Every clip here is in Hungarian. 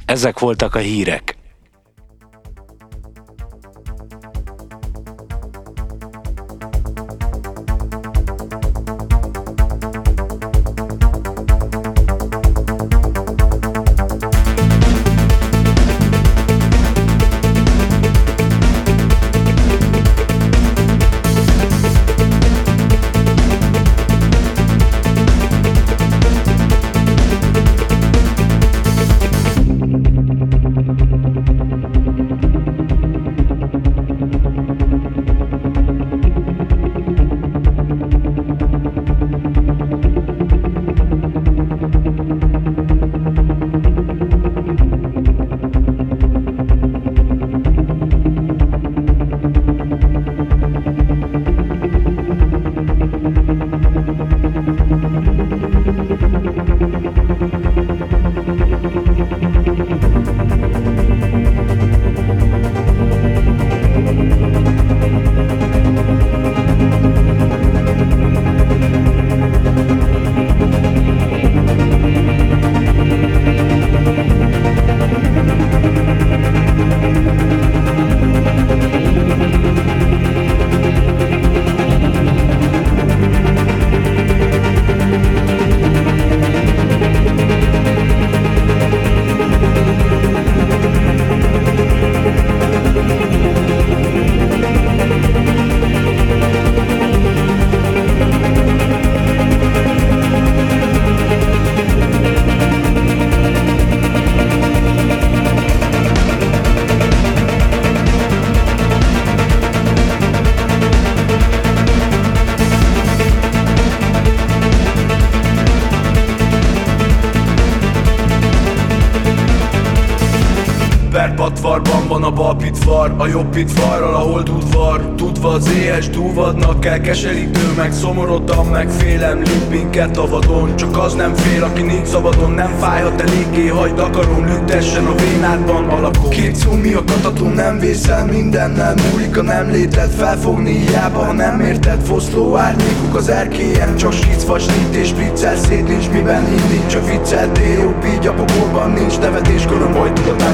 Ezek voltak a hírek. Patvarban van a bal pitvar, a jobb pitvarral a hold udvar. Tudva az éhes dúvadnak kell, keserítő meg szomorodtam meg. Félem lőtt minket a vadon, csak az nem fél, aki nincs szabadon. Nem fájhat eléggé, hagyd akarom, lüktessen a vénádban alakon. Két szó mi a kataton, nem vészel, mindennel múlik a nem léted. Felfogni hiába, ha nem érted, foszló árnyékuk az erkélyen. Csak sítsz, fasnít és bliccel szét, nincs miben hinni, csak vicceltél. Jobb így a pokolban, nincs nevetés, köröm, majd tudatás,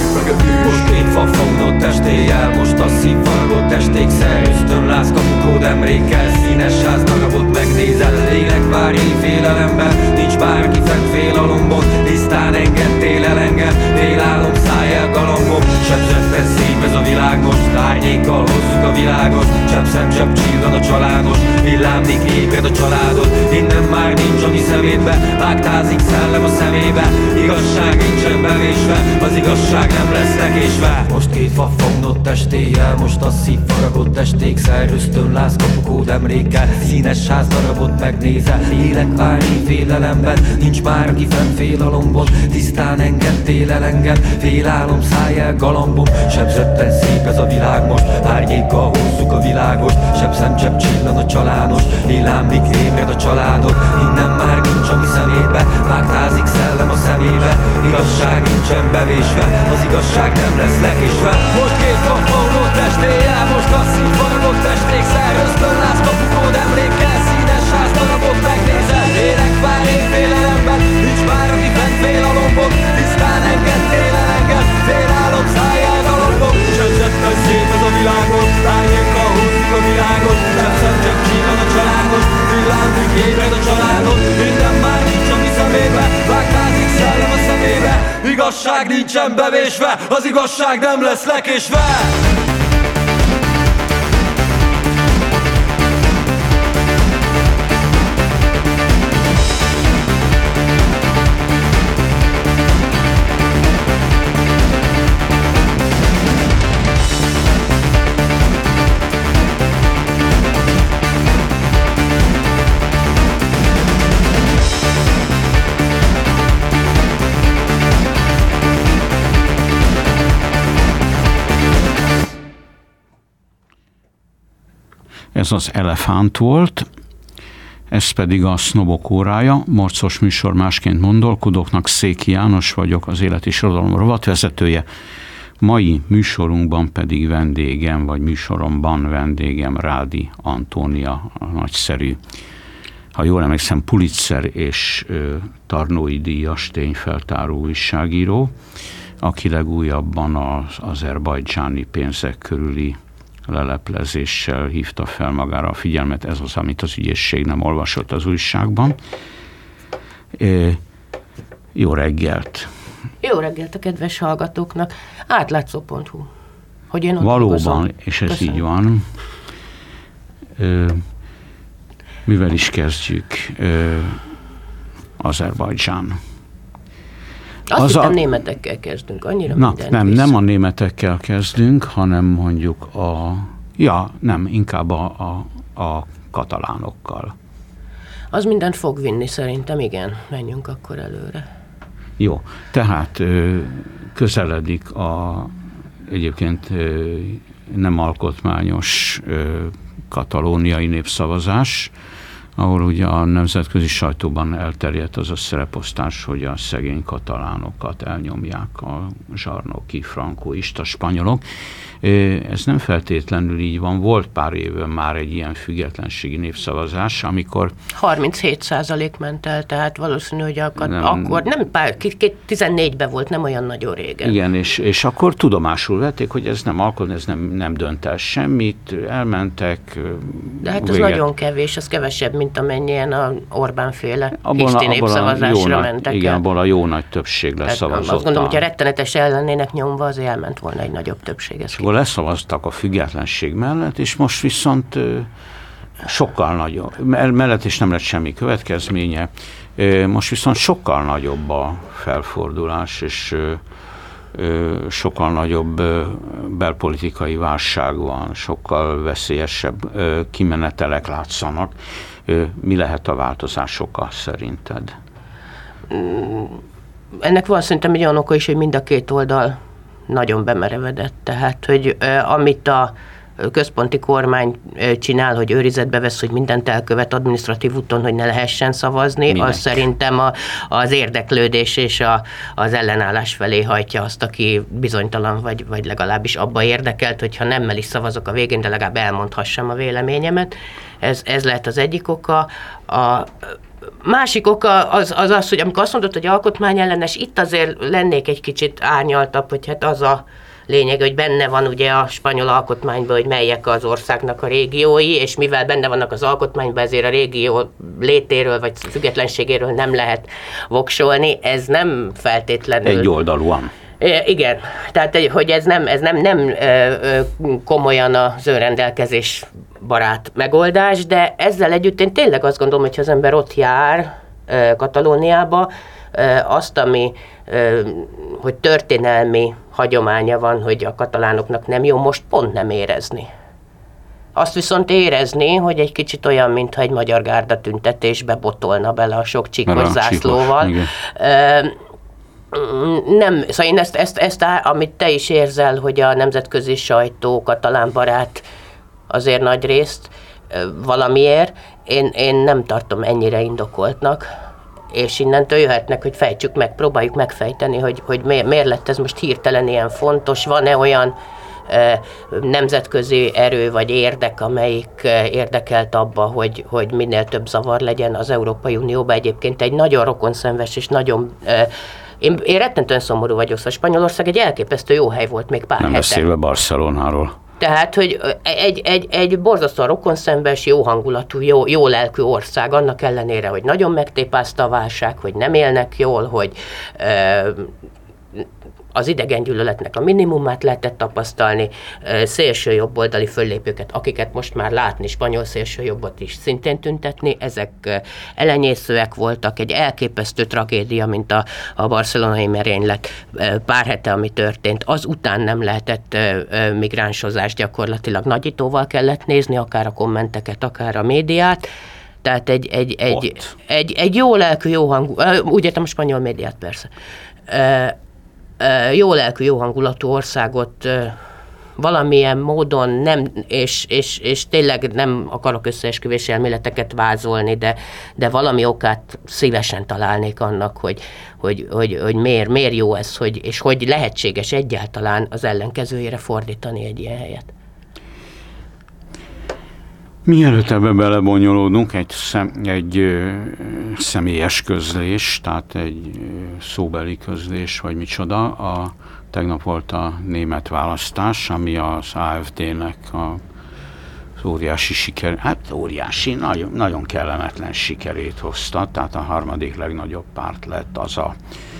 most két fa fogdott testéjel, most a szívfaragott testékszer. Ösztönláz kapukód emlékkel, színes ház darabot megnézel. Lélek várj félelemben, nincs bárki fent félalomban. Tisztán engedtél el engem, félálom száj el galambom. Sebzetten szép ez a világ most, árnyékkal hozzuk a világot. Csepszem csepp csillan a családos, villámlik ébred a családod. Innen már nincs, ami szemétbe, vágtázik szellem a szemébe. Igazság nincsen bevésve, az igazság nem lesz lekésve. Most két fa fogdott testéjel, most a szív faragott testékszer. Ösztönláz kapukód emlékkel, színes ház darabot megnézel. Lélek várni félelemben, nincs bárki fent félalomban. Tisztán engedtél el engem, félálom száj el galambom. Sebzetten szép ez a világ most, árnyékkal hozzuk a világot. Sebszem csepp csillan a családos, villámlik ébred a családod. Innen már nincs, ami szemétbe, vágtázik szellem a szemébe. Igazság nincsen bevésve, az igazság nem lesz lekésve. Most két fa fogdott testéjel, most a szív faragott testékszer. Ösztönláz kapukód emlékkel, színes ház darabot megnézel. Lélek vár én félelemben, nincs már aki fent félalomban. Tisztán engedtél el engem, félálom szájjel galambom. Sebzetten szép ez a világot, árnyékkal hozzuk a világot. Sebszem csepp csillan a családos, villámlik ébred a családod. Minden már nincs, ami szemébe, vágtázik szellem a szemébe. Igazság nincsen bevésve, az igazság nem lesz lekésve. Ez az Elefánt volt, ez pedig a Sznobok órája, morcos műsor másként gondolkodóknak. Széki János vagyok, az Élet és Irodalom rovatvezetője. Mai műsorunkban pedig műsoromban vendégem Rádi Antónia, a nagyszerű, ha jól emlékszem, Pulitzer és Tarnói díjas tényfeltáró újságíró. aki legújabban az azerbajdzsáni pénzek körüli leleplezéssel hívta fel magára a figyelmet. Ez az, amit az ügyészség nem olvasott az újságban. Jó reggelt! Jó reggelt a kedves hallgatóknak! Átlátszó.hu. Hogy én ott valóban, dolgozom. és ez Köszönöm. így van. Mivel is kezdjük? Azerbajdzsán. Azt hittem németekkel kezdünk, annyira Nem a németekkel kezdünk, hanem mondjuk inkább a katalánokkal. Az mindent fog vinni szerintem, igen. Menjünk akkor előre. Jó, tehát közeledik egyébként nem alkotmányos katalóniai népszavazás, ahol ugye a nemzetközi sajtóban elterjedt az a szereposztás, hogy a szegény katalánokat elnyomják a zsarnoki, frankóista spanyolok. Ez nem feltétlenül így van. Volt pár éve már egy ilyen függetlenségi népszavazás, amikor 37% ment el, tehát valószínű, hogy akkor nem 14-ben volt, nem olyan nagyon régen. Igen, és akkor tudomásul vették, hogy ez nem alkotmány, ez nem dönt el semmit, elmentek. De hát ez nagyon kevés, az kevesebb, mint amennyien a Orbán-féle hiszti népszavazásra mentek. Igen, abból a jó nagy többség leszavazott. Azt gondolom, hogy a rettenetes ellennének nyomva, azért elment volna egy nagyobb többség. Akkor leszavaztak a függetlenség mellett, és most viszont sokkal nagyobb, mellett is nem lett semmi következménye, most viszont sokkal nagyobb a felfordulás, és sokkal nagyobb belpolitikai válság van, sokkal veszélyesebb kimenetelek látszanak. Mi lehet a változás oka szerinted? Ennek van szerintem egy olyan oka is, hogy mind a két oldal nagyon bemerevedett. Tehát, hogy amit a központi kormány csinál, hogy őrizetbe vesz, hogy mindent elkövet adminisztratív úton, hogy ne lehessen szavazni, minek? Az szerintem az érdeklődés és az ellenállás felé hajtja azt, aki bizonytalan vagy legalábbis abba érdekelt, hogyha nemmel is szavazok a végén, de legalább elmondhassam a véleményemet. Ez lehet az egyik oka. A másik oka az, hogy amikor azt mondod, hogy alkotmányellenes, itt azért lennék egy kicsit árnyaltabb, hogy hát az a lényeg, hogy benne van ugye a spanyol alkotmányban, hogy melyek az országnak a régiói, és mivel benne vannak az alkotmányban, ezért a régió létéről vagy függetlenségéről nem lehet voksolni. Ez nem feltétlenül... Egyoldalúan. Igen, tehát hogy ez nem komolyan az önrendelkezés barát megoldás, de ezzel együtt én tényleg azt gondolom, hogy ha az ember ott jár Katalóniába, azt, hogy történelmi hagyománya van, hogy a katalánoknak nem jó, most pont nem érezni. Azt viszont érezni, hogy egy kicsit olyan, mintha egy magyar gárda tüntetésbe botolna bele a sok csíkos zászlóval. Nem, szóval én ezt, amit te is érzel, hogy a nemzetközi sajtó katalán barát azért nagy részt valamiért, én nem tartom ennyire indokoltnak, és innentől jöhetnek, hogy fejtsük meg, próbáljuk megfejteni, hogy miért lett ez most hirtelen ilyen fontos, van-e olyan nemzetközi erő vagy érdek, amelyik érdekelt abba, hogy minél több zavar legyen az Európai Unióban. Egyébként egy nagyon rokonszenves és nagyon... Én rettentően szomorú vagyok, szóval Spanyolország egy elképesztő jó hely volt még pár hete. Nem beszélve Barcelonáról. Tehát, hogy egy borzasztóan rokonszenves, jó hangulatú, jó lelkű ország, annak ellenére, hogy nagyon megtépázta a válság, hogy nem élnek jól, hogy az idegengyűlöletnek a minimumát lehetett tapasztalni, szélső jobboldali föllépőket, akiket most már látni, spanyol szélső jobbot is szintén tüntetni, ezek elenyészőek voltak, egy elképesztő tragédia, mint a barcelonai merénylet pár hete, ami történt. Azután nem lehetett migránsozást, gyakorlatilag nagyítóval kellett nézni, akár a kommenteket, akár a médiát. Tehát egy jó lelkű, jó hangú, úgy értem a spanyol médiát persze, jó lelkű, jó hangulatú országot valamilyen módon nem, és tényleg nem akarok összeesküvési elméleteket vázolni, de valami okát szívesen találnék annak, hogy miért jó ez, és hogy lehetséges egyáltalán az ellenkezőjére fordítani egy ilyen helyet. Mielőtt ebbe belebonyolódunk, egy személyes közlés, tehát egy szóbeli közlés, vagy micsoda. Tegnap volt a német választás, ami az AfD-nek az óriási siker, hát óriási, nagyon, nagyon kellemetlen sikerét hozta, tehát a harmadik legnagyobb párt lett az a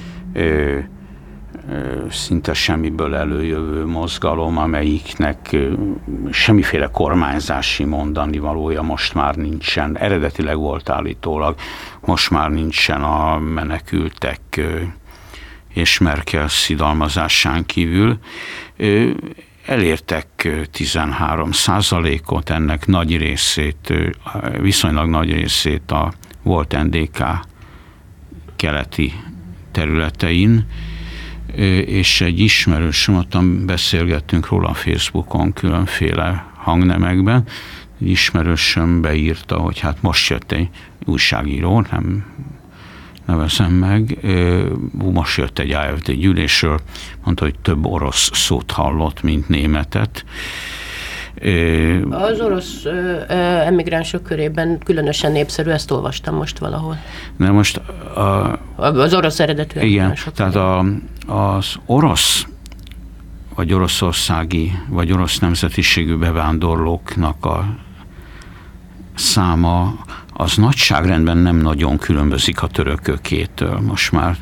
szinte semmiből előjövő mozgalom, amelyiknek semmiféle kormányzási mondani valója most már nincsen. Eredetileg volt állítólag, most már nincsen a menekültek és Merkel szidalmazásán kívül. Elértek 13%-ot, ennek nagy részét, viszonylag nagy részét a volt NDK keleti területein, és egy ismerősöm, ottan beszélgettünk róla a Facebookon különféle hangnemekben, egy ismerősöm beírta, hogy hát most jött egy újságíró, nem nevezem meg, most jött egy AfD gyűlésről, mondta, hogy több orosz szót hallott, mint németet. Az orosz emigránsok körében különösen népszerű, ezt olvastam most valahol. De most az orosz eredetű emigránsok. Igen, tehát az orosz, vagy oroszországi, vagy orosz nemzetiségű bevándorlóknak a száma az nagyságrendben nem nagyon különbözik a törökökétől most már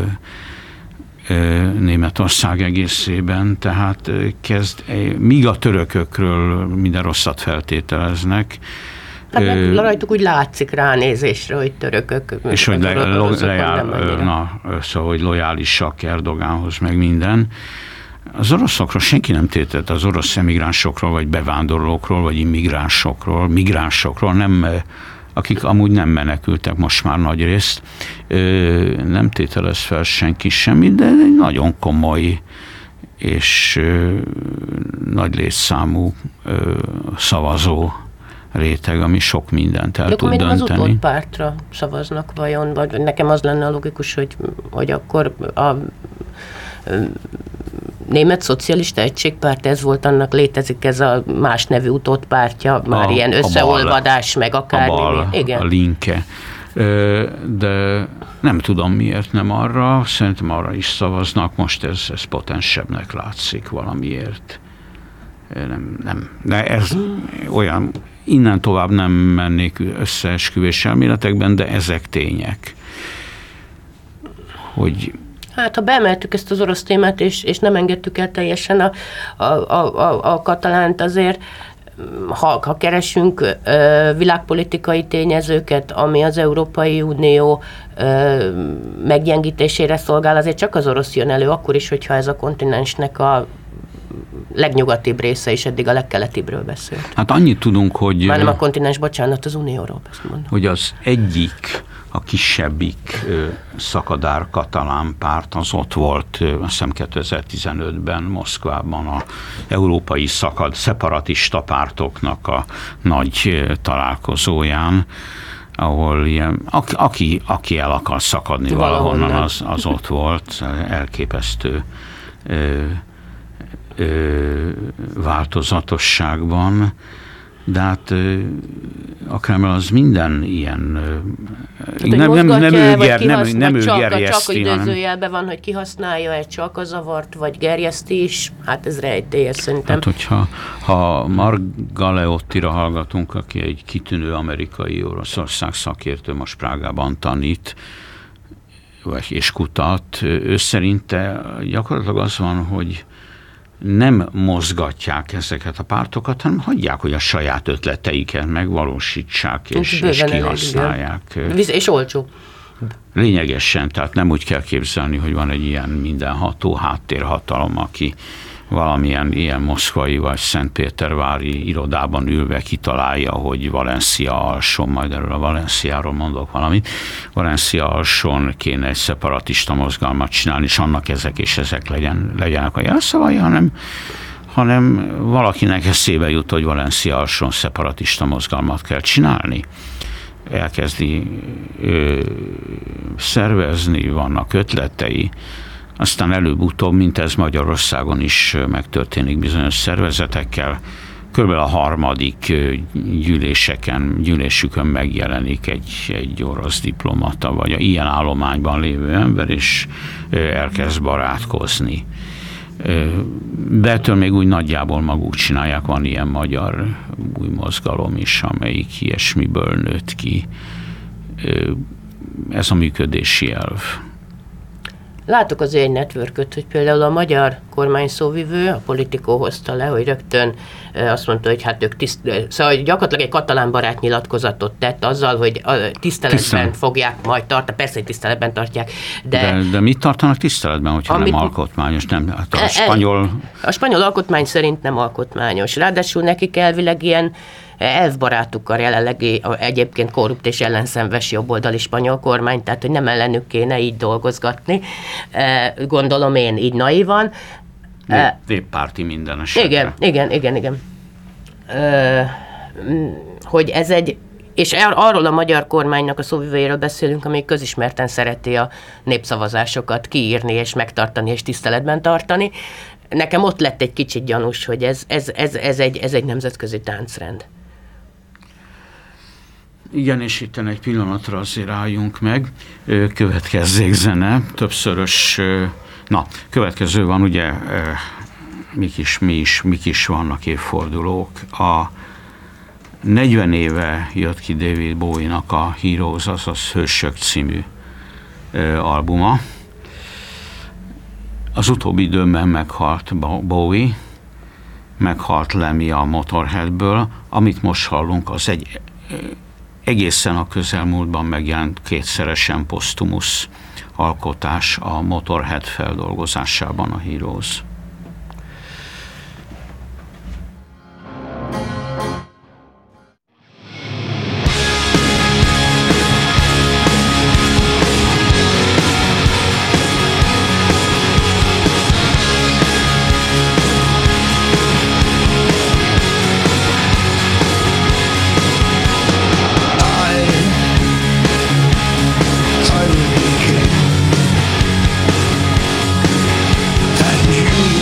Németország egészében, tehát míg a törökökről minden rosszat feltételeznek. Hát rajtuk úgy látszik ránézésre, hogy törökök. És hogy hogy lojálisak Erdogánhoz, meg minden. Az oroszokról senki nem tétett, az orosz emigránsokról, vagy bevándorlókról, vagy migránsokról, nem, akik amúgy nem menekültek most már nagy részt, nem tételez fel senki semmit, de egy nagyon komoly és nagy létszámú szavazó réteg, ami sok mindent el tud dönteni. Az utolt pártra szavaznak vajon? Vagy nekem az lenne a logikus, hogy akkor a Német Szocialista Egységpárt, ez volt, annak létezik ez a más nevű utott pártja, már ilyen összeolvadás, meg akármi. Igen. A Linke. De nem tudom, miért nem arra, szerintem arra is szavaznak, most ez potensebbnek látszik valamiért. Nem. De ez olyan, innen tovább nem mennék összeesküvés elméletekben, de ezek tények. Hogy hát, ha beemeltük ezt az orosz témát, és nem engedtük el teljesen a katalánt, azért, ha keresünk világpolitikai tényezőket, ami az Európai Unió meggyengítésére szolgál, azért csak az orosz jön elő, akkor is, hogyha ez a kontinensnek a legnyugatibb része, és eddig a legkeletibbről beszélt. Hát annyit tudunk, hogy... Már nem a kontinens, bocsánat, az Unióról mondom. Hogy az egyik, a kisebbik szakadár katalán párt az ott volt, azt hiszem 2015-ben Moszkvában a európai szeparatista pártoknak a nagy találkozóján, ahol ilyen, aki el akar szakadni valahonnan, az ott volt, elképesztő változatosságban, de hát a Kreml az minden ilyen nem ő gerjeszti, csak idézőjelben van, hogy kihasználja-e csak a zavart, vagy gerjeszti is, hát ez rejtélyes szerintem. Hát hogyha Mark Galeottira hallgatunk, aki egy kitűnő amerikai Oroszország szakértő, most Prágában tanít, és kutat, ő szerinte gyakorlatilag az van, hogy nem mozgatják ezeket a pártokat, hanem hagyják, hogy a saját ötleteiket megvalósítsák, és kihasználják. És olcsó. Lényegesen, tehát nem úgy kell képzelni, hogy van egy ilyen mindenható háttérhatalom, aki valamilyen ilyen moszkvai vagy Szentpétervári irodában ülve kitalálja, hogy Valencia alsón, majd erről a Valenciáról mondok valamit, Valencia alsón kéne egy szeparatista mozgalmat csinálni, és annak ezek és ezek legyenek a jelszavai, hanem valakinek eszébe jut, hogy Valencia alsón szeparatista mozgalmat kell csinálni. Elkezdi szervezni, vannak ötletei, aztán előbb-utóbb, mint ez Magyarországon is megtörténik bizonyos szervezetekkel, körülbelül a harmadik gyűlésükön megjelenik egy orosz diplomata, vagy ilyen állományban lévő ember, és elkezd barátkozni. De ettől még úgy nagyjából maguk csinálják, van ilyen magyar új mozgalom is, amelyik ilyesmiből nőtt ki. Ez a működési elv. Látok azért egy networköt, hogy például a magyar kormány szóvivő, a Politico hozta le, hogy rögtön azt mondta, hogy hát ők szóval gyakorlatilag egy katalán barát nyilatkozatot tett azzal, hogy tiszteletben fogják majd tartani, persze, hogy tiszteletben tartják, de mit tartanak tiszteletben, hogyha nem alkotmányos? Nem, a spanyol alkotmány szerint nem alkotmányos. Ráadásul nekik elvileg ilyen elfbarátukkal jelenlegi egyébként korrupt és ellenszenves jobboldali spanyol kormány, tehát hogy nem ellenük kéne így dolgozgatni. Gondolom én így naívan. Néppárti minden esetben. Igen. Hogy ez egy, és arról a magyar kormánynak a szóvivőjéről beszélünk, amely közismerten szereti a népszavazásokat kiírni és megtartani és tiszteletben tartani. Nekem ott lett egy kicsit gyanús, hogy ez egy nemzetközi táncrend. Igen, és itt egy pillanatra azért álljunk meg, következzék többszörös, következő van, ugye, mik is vannak évfordulók. A 40 éve jött ki David Bowie-nak a Heroes, azaz Hősök című albuma. Az utóbbi időben meghalt Bowie, meghalt Lemmy a Motorheadből, amit most hallunk, az egy egészen a közelmúltban megjelent kétszeresen posztumusz alkotás a Motorhead feldolgozásában, a Heroes. You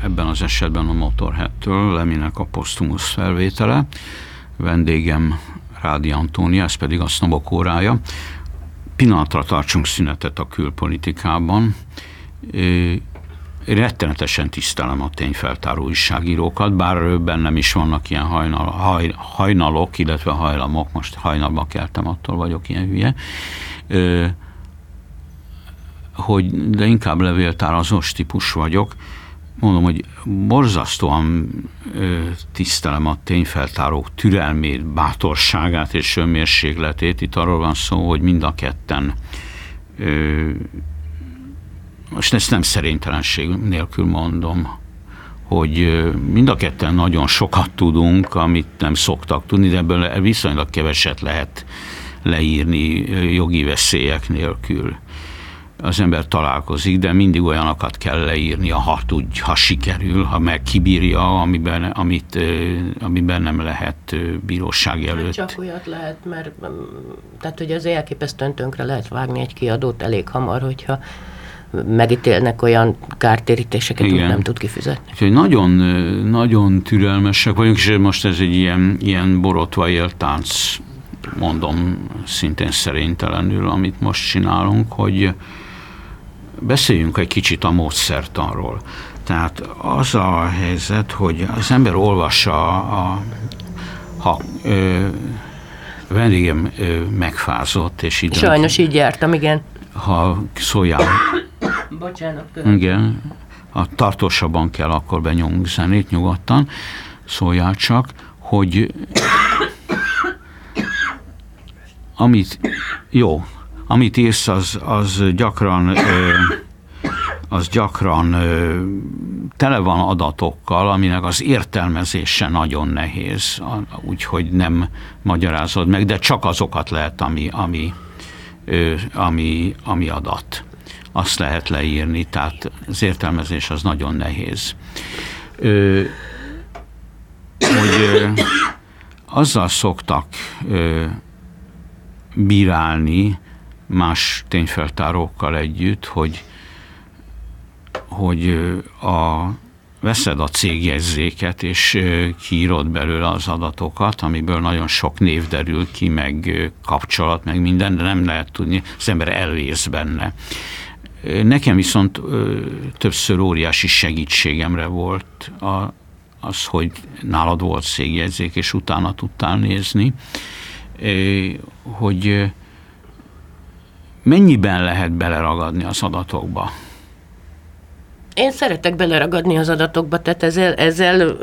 ebben az esetben a Motorhead-től, Leminek a posztumusz felvétele. Vendégem Rádi Antónia, ez pedig a Sznobok órája. Pillanatra tartsunk szünetet a külpolitikában. Én rettenetesen tisztelem a tényfeltáró újságírókat, bár bennem is vannak ilyen hajnalok, illetve hajlamok, most hajnalba keltem, attól vagyok ilyen hülye, de inkább levéltárazós típus vagyok. Mondom, hogy borzasztóan tisztelem a tényfeltárók türelmét, bátorságát és önmérsékletét. Itt arról van szó, hogy mind a ketten, most ezt nem szerénytelenség nélkül mondom, hogy mind a ketten nagyon sokat tudunk, amit nem szoktak tudni, de ebből viszonylag keveset lehet leírni jogi veszélyek nélkül. Az ember találkozik, de mindig olyanokat kell leírni, ha sikerül, ha meg kibírja, amiben nem lehet bíróság előtt. Csak olyat lehet, mert tehát, hogy az elképesztően tönkre lehet vágni egy kiadót elég hamar, hogyha megítélnek olyan kártérítéseket, amit nem tud kifizetni. Úgyhogy nagyon, nagyon türelmesek vagyunk, és most ez egy ilyen borotva éltánc, mondom szintén szerénytelenül, amit most csinálunk, hogy beszéljünk egy kicsit a módszertanról. Tehát az a helyzet, hogy az ember olvassa, ha vendégem megfázott, és így... Sajnos így jártam, igen. Ha szóljál... Bocsánat. Igen, tartósabban kell akkor benyomni zenét nyugodtan, szóljál csak, hogy amit írsz, az gyakran tele van adatokkal, aminek az értelmezése nagyon nehéz, úgyhogy nem magyarázod meg, de csak azokat lehet, ami adat. Azt lehet leírni, tehát az értelmezés az nagyon nehéz. Hogy azzal szoktak bírálni más tényfeltárókkal együtt, hogy veszed a cégjegyzéket, és kiírod belőle az adatokat, amiből nagyon sok név derül ki, meg kapcsolat, meg minden, de nem lehet tudni, az ember elvész benne. Nekem viszont többször óriási segítségemre volt az, hogy nálad volt cégjegyzék, és utána tudtál nézni, hogy mennyiben lehet beleragadni az adatokba? Én szeretek beleragadni az adatokba, tehát ezzel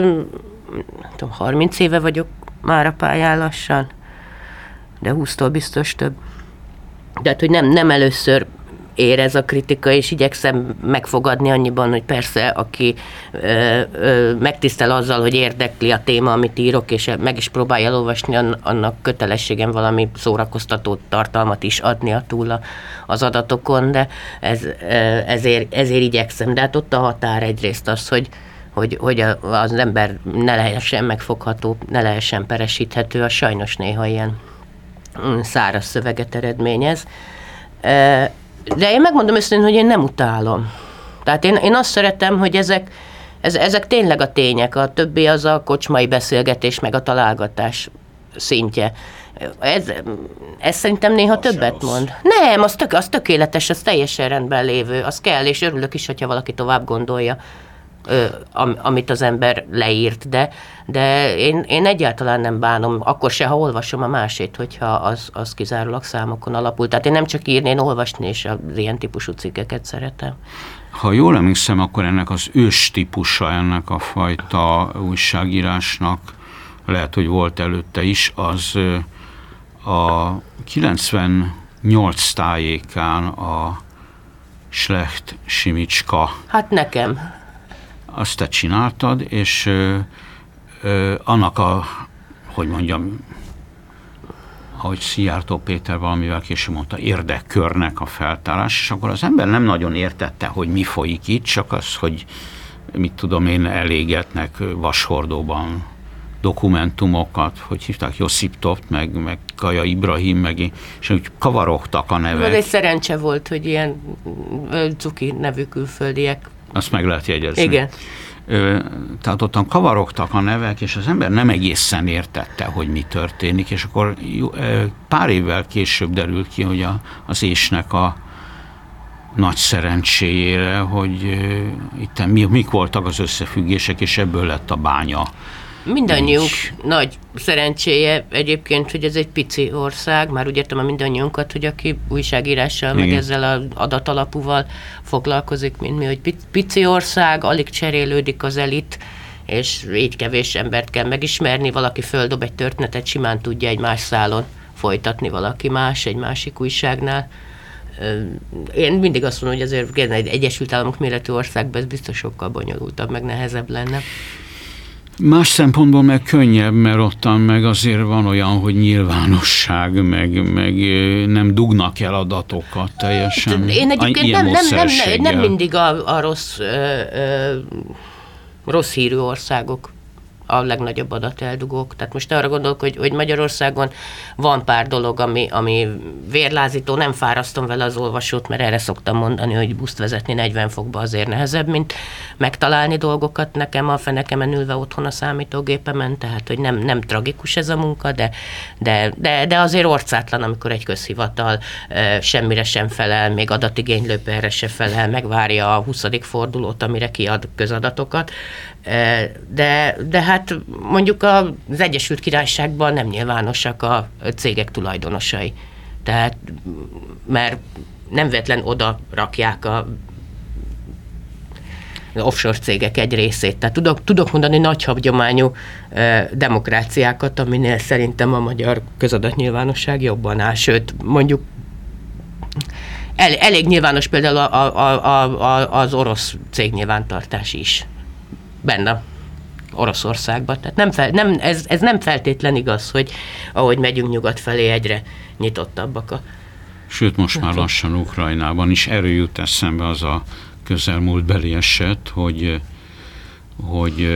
30 éve vagyok már a pályán lassan, de 20-tól biztos több. Tehát, hogy nem először ér ez a kritika, és igyekszem megfogadni annyiban, hogy persze, aki megtisztel azzal, hogy érdekli a téma, amit írok, és meg is próbálja elolvasni, annak kötelességem valami szórakoztató tartalmat is adnia túl az adatokon, de ezért igyekszem. De hát ott a határ egyrészt az, hogy az ember ne lehessen megfogható, ne lehessen peresíthető, az sajnos néha ilyen száraz szöveget eredményez. De én megmondom őszintén, hogy én nem utálom. Tehát én azt szeretem, hogy ezek tényleg a tények, a többi az a kocsmai beszélgetés, meg a találgatás szintje. Ez szerintem néha többet mond. Nem, az tökéletes, az teljesen rendben lévő, az kell, és örülök is, hogyha valaki tovább gondolja, amit az ember leírt, de én egyáltalán nem bánom, akkor se, ha olvasom a másét, hogyha az kizárólag számokon alapul. Tehát én nem csak írni, én olvasni, és az ilyen típusú cikkeket szeretem. Ha jól emlékszem, akkor ennek az ős típusa, ennek a fajta újságírásnak, lehet, hogy volt előtte is, az a 98 tájékán a Schlecht Simicska. Hát nekem. Azt te csináltad, és annak hogy mondjam, ahogy Szijjártó Péter valamivel később mondta, érdekkörnek a feltárás, és akkor az ember nem nagyon értette, hogy mi folyik itt, csak az, hogy mit tudom én, elégetnek vashordóban dokumentumokat, hogy hívták, Josip Topt, meg Kaja Ibrahim, és úgy kavarogtak a nevek. Ez egy szerencse volt, hogy ilyen cuki nevű külföldiek Azt meg lehet jegyezni. Igen. Tehát ottan kavarogtak a nevek, és az ember nem egészen értette, hogy mi történik, és akkor pár évvel később derült ki, hogy az ésnek a nagy szerencséjére, hogy itt mik voltak az összefüggések, és ebből lett a bánya. Mindannyiunk nagy szerencséje egyébként, hogy ez egy pici ország, már úgy értem a mindannyiunkat, hogy aki újságírással, meg ezzel az adatalapúval foglalkozik, mint mi, hogy pici ország, alig cserélődik az elit, és így kevés embert kell megismerni, valaki földob egy történetet, simán tudja egy más szálon folytatni valaki más, egy másik újságnál. Én mindig azt mondom, hogy azért egy Egyesült Államok méretű országban ez biztos sokkal bonyolultabb, meg nehezebb lenne. Más szempontból meg könnyebb, mert ottan meg azért van olyan, hogy nyilvánosság, meg nem dugnak el adatokat teljesen. Én egyébként nem mindig a rossz hírű országok a legnagyobb adateldugók. Tehát most arra gondolok, hogy Magyarországon van pár dolog, ami vérlázító, nem fárasztom vele az olvasót, mert erre szoktam mondani, hogy buszt vezetni 40 fokba azért nehezebb, mint megtalálni dolgokat nekem a fenekemen ülve otthon a számítógépemen, tehát hogy nem tragikus ez a munka, de azért orcátlan, amikor egy közhivatal semmire sem felel, még adatigénylőbe erre se felel, megvárja a 20. fordulót, amire kiad közadatokat. De hát mondjuk az Egyesült Királyságban nem nyilvánosak a cégek tulajdonosai. Tehát, mert nem véletlen oda rakják az offshore cégek egy részét. Tehát tudok mondani nagy hagyományú demokráciákat, aminél szerintem a magyar közadatnyilvánosság jobban áll, sőt, mondjuk elég nyilvános például az orosz cégnyilvántartás is. Benne Oroszországban. Tehát ez nem feltétlen igaz, hogy ahogy megyünk nyugat felé, egyre nyitottabbak a... Sőt, most már lassan Ukrajnában is erről jut eszembe az a közelmúltbeli eset, hogy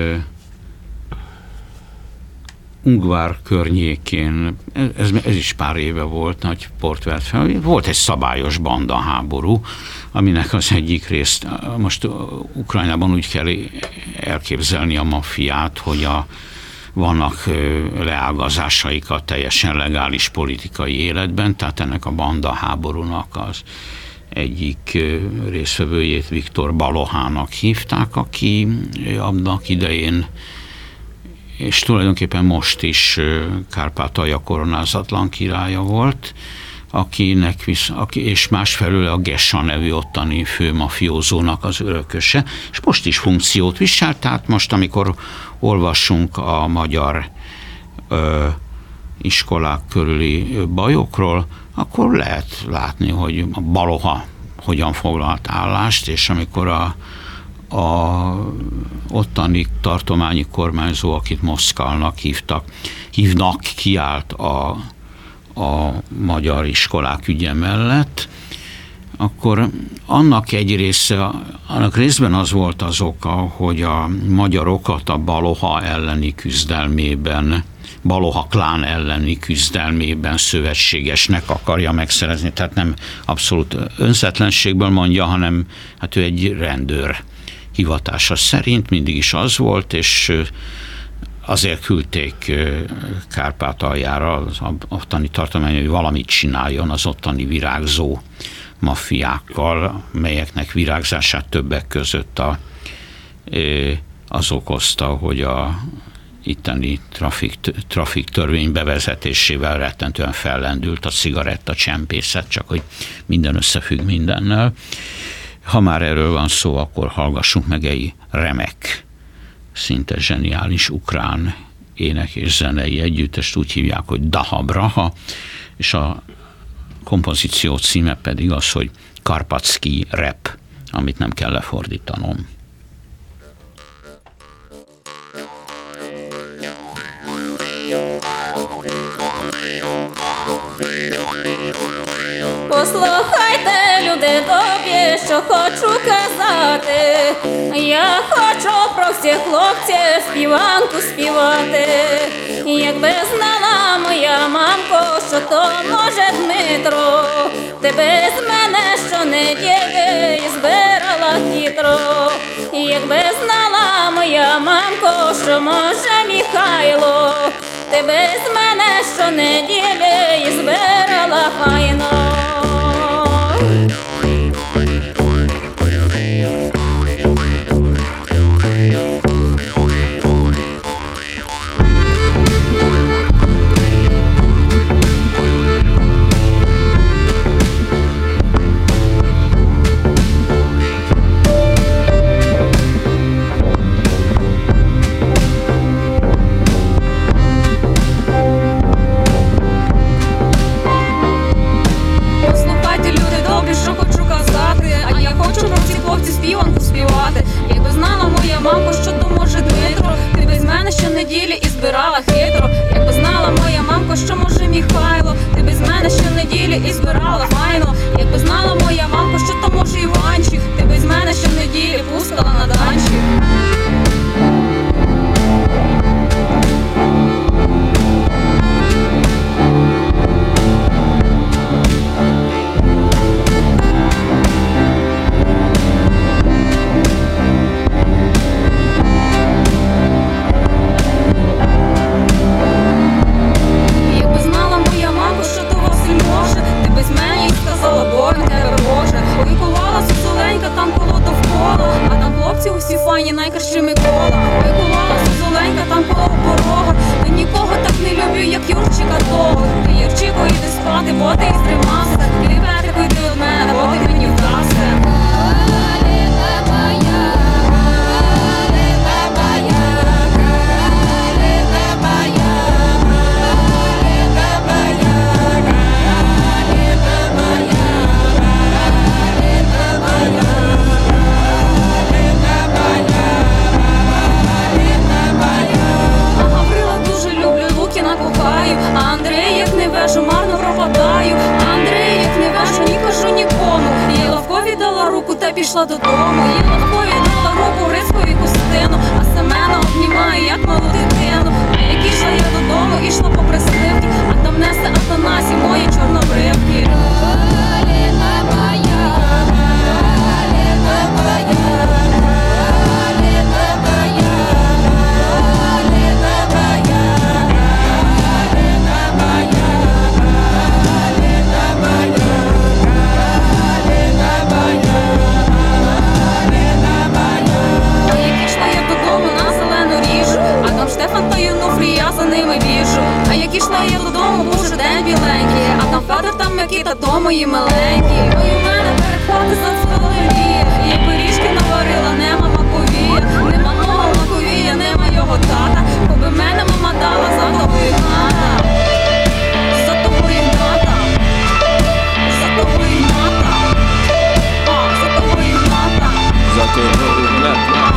Ungvár környékén, ez is pár éve volt, nagy port vert fel, volt egy szabályos bandaháború, aminek az egyik részt, most Ukrajnában úgy kell elképzelni a maffiát, hogy vannak leágazásaik a teljesen legális politikai életben, tehát ennek a bandaháborúnak az egyik résztvevőjét Viktor Balohának hívták, aki annak idején és tulajdonképpen most is Kárpátalja koronázatlan királya volt, és másfelől a Gessa nevű ottani főmafiózónak az örököse, és most is funkciót visel, tehát most, amikor olvassunk a magyar iskolák körüli bajokról, akkor lehet látni, hogy a Baloha hogyan foglalt állást, és amikor a ottani tartományi kormányzó, akit Moszkálnak hívnak, kiállt a magyar iskolák ügye mellett, akkor annak részben az volt az oka, hogy a magyarokat a Baloha elleni küzdelmében, Baloha klán elleni küzdelmében szövetségesnek akarja megszerezni, tehát nem abszolút önszetlenségből mondja, hanem hát ő egy rendőr hivatása szerint mindig is az volt, és azért küldték Kárpátaljára az ottani tartomány, hogy valamit csináljon az ottani virágzó maffiákkal, melyeknek virágzását többek között az okozta, hogy a itteni trafik törvény bevezetésével rettentően fellendült a cigarettacsempészet, csak hogy minden összefügg mindennel. Ha már erről van szó, akkor hallgassunk meg egy remek, szinte zseniális ukrán ének és zenei együttest, úgy hívják, hogy Daha Braha, és a kompozíció címe pedig az, hogy Karpatszkij rep, amit nem kell lefordítanom. Послухайте, люди добрі, що хочу казати. Я хочу про всіх хлопців співанку співати. Якби знала моя мамко, що то може Дмитро, тебе з мене щонеділі збирала хитро. Якби знала моя мамко, що може Михайло, тебе з мене щонеділі збирала файно. Якби знала моя мамко, що то може Дмитро, ти без мене щонеділі і збирала хитро. Якби знала моя мамко, що може Михайло, ти без мене щонеділі і збирала файно. Якби знала моя мамко, що то може Іванчик, ти без мене щонеділі пускала на данчик. Усі файні, найкращі Микола. Викувала Сузоленька там коло порога. Та нікого так не люблю, як Юрчика того. Ти, Юрчику, іди спати, бо ти стримався. Ти, Петрику, йди від мене, бо ти мені вдався. А Андріїв не вежу, марно пропадаю. А Андріїв не вежу, ні кажу нікому. Їй Лавкові дала руку та пішла додому. Їй Лавкові дала руку Грицькові Костину, а Семена обнімаю, як малу дитину. А як ішла я додому, ішла попри сливки, а там несе Атанасі мої чорнобривки. Штефан та Юнуфрій, я за ними біжу. А як ішла я додому, був вже день біленький, а там Федор, там Микита, то мої миленькі. Ой, у мене перехвати зацвели, я пиріжки наварила, нема Маковія. Нема мого Маковія, нема його тата. Коби мене мама дала за того Ігната. За того Ігната. За того Ігната. За того Ігната. За того Ігната.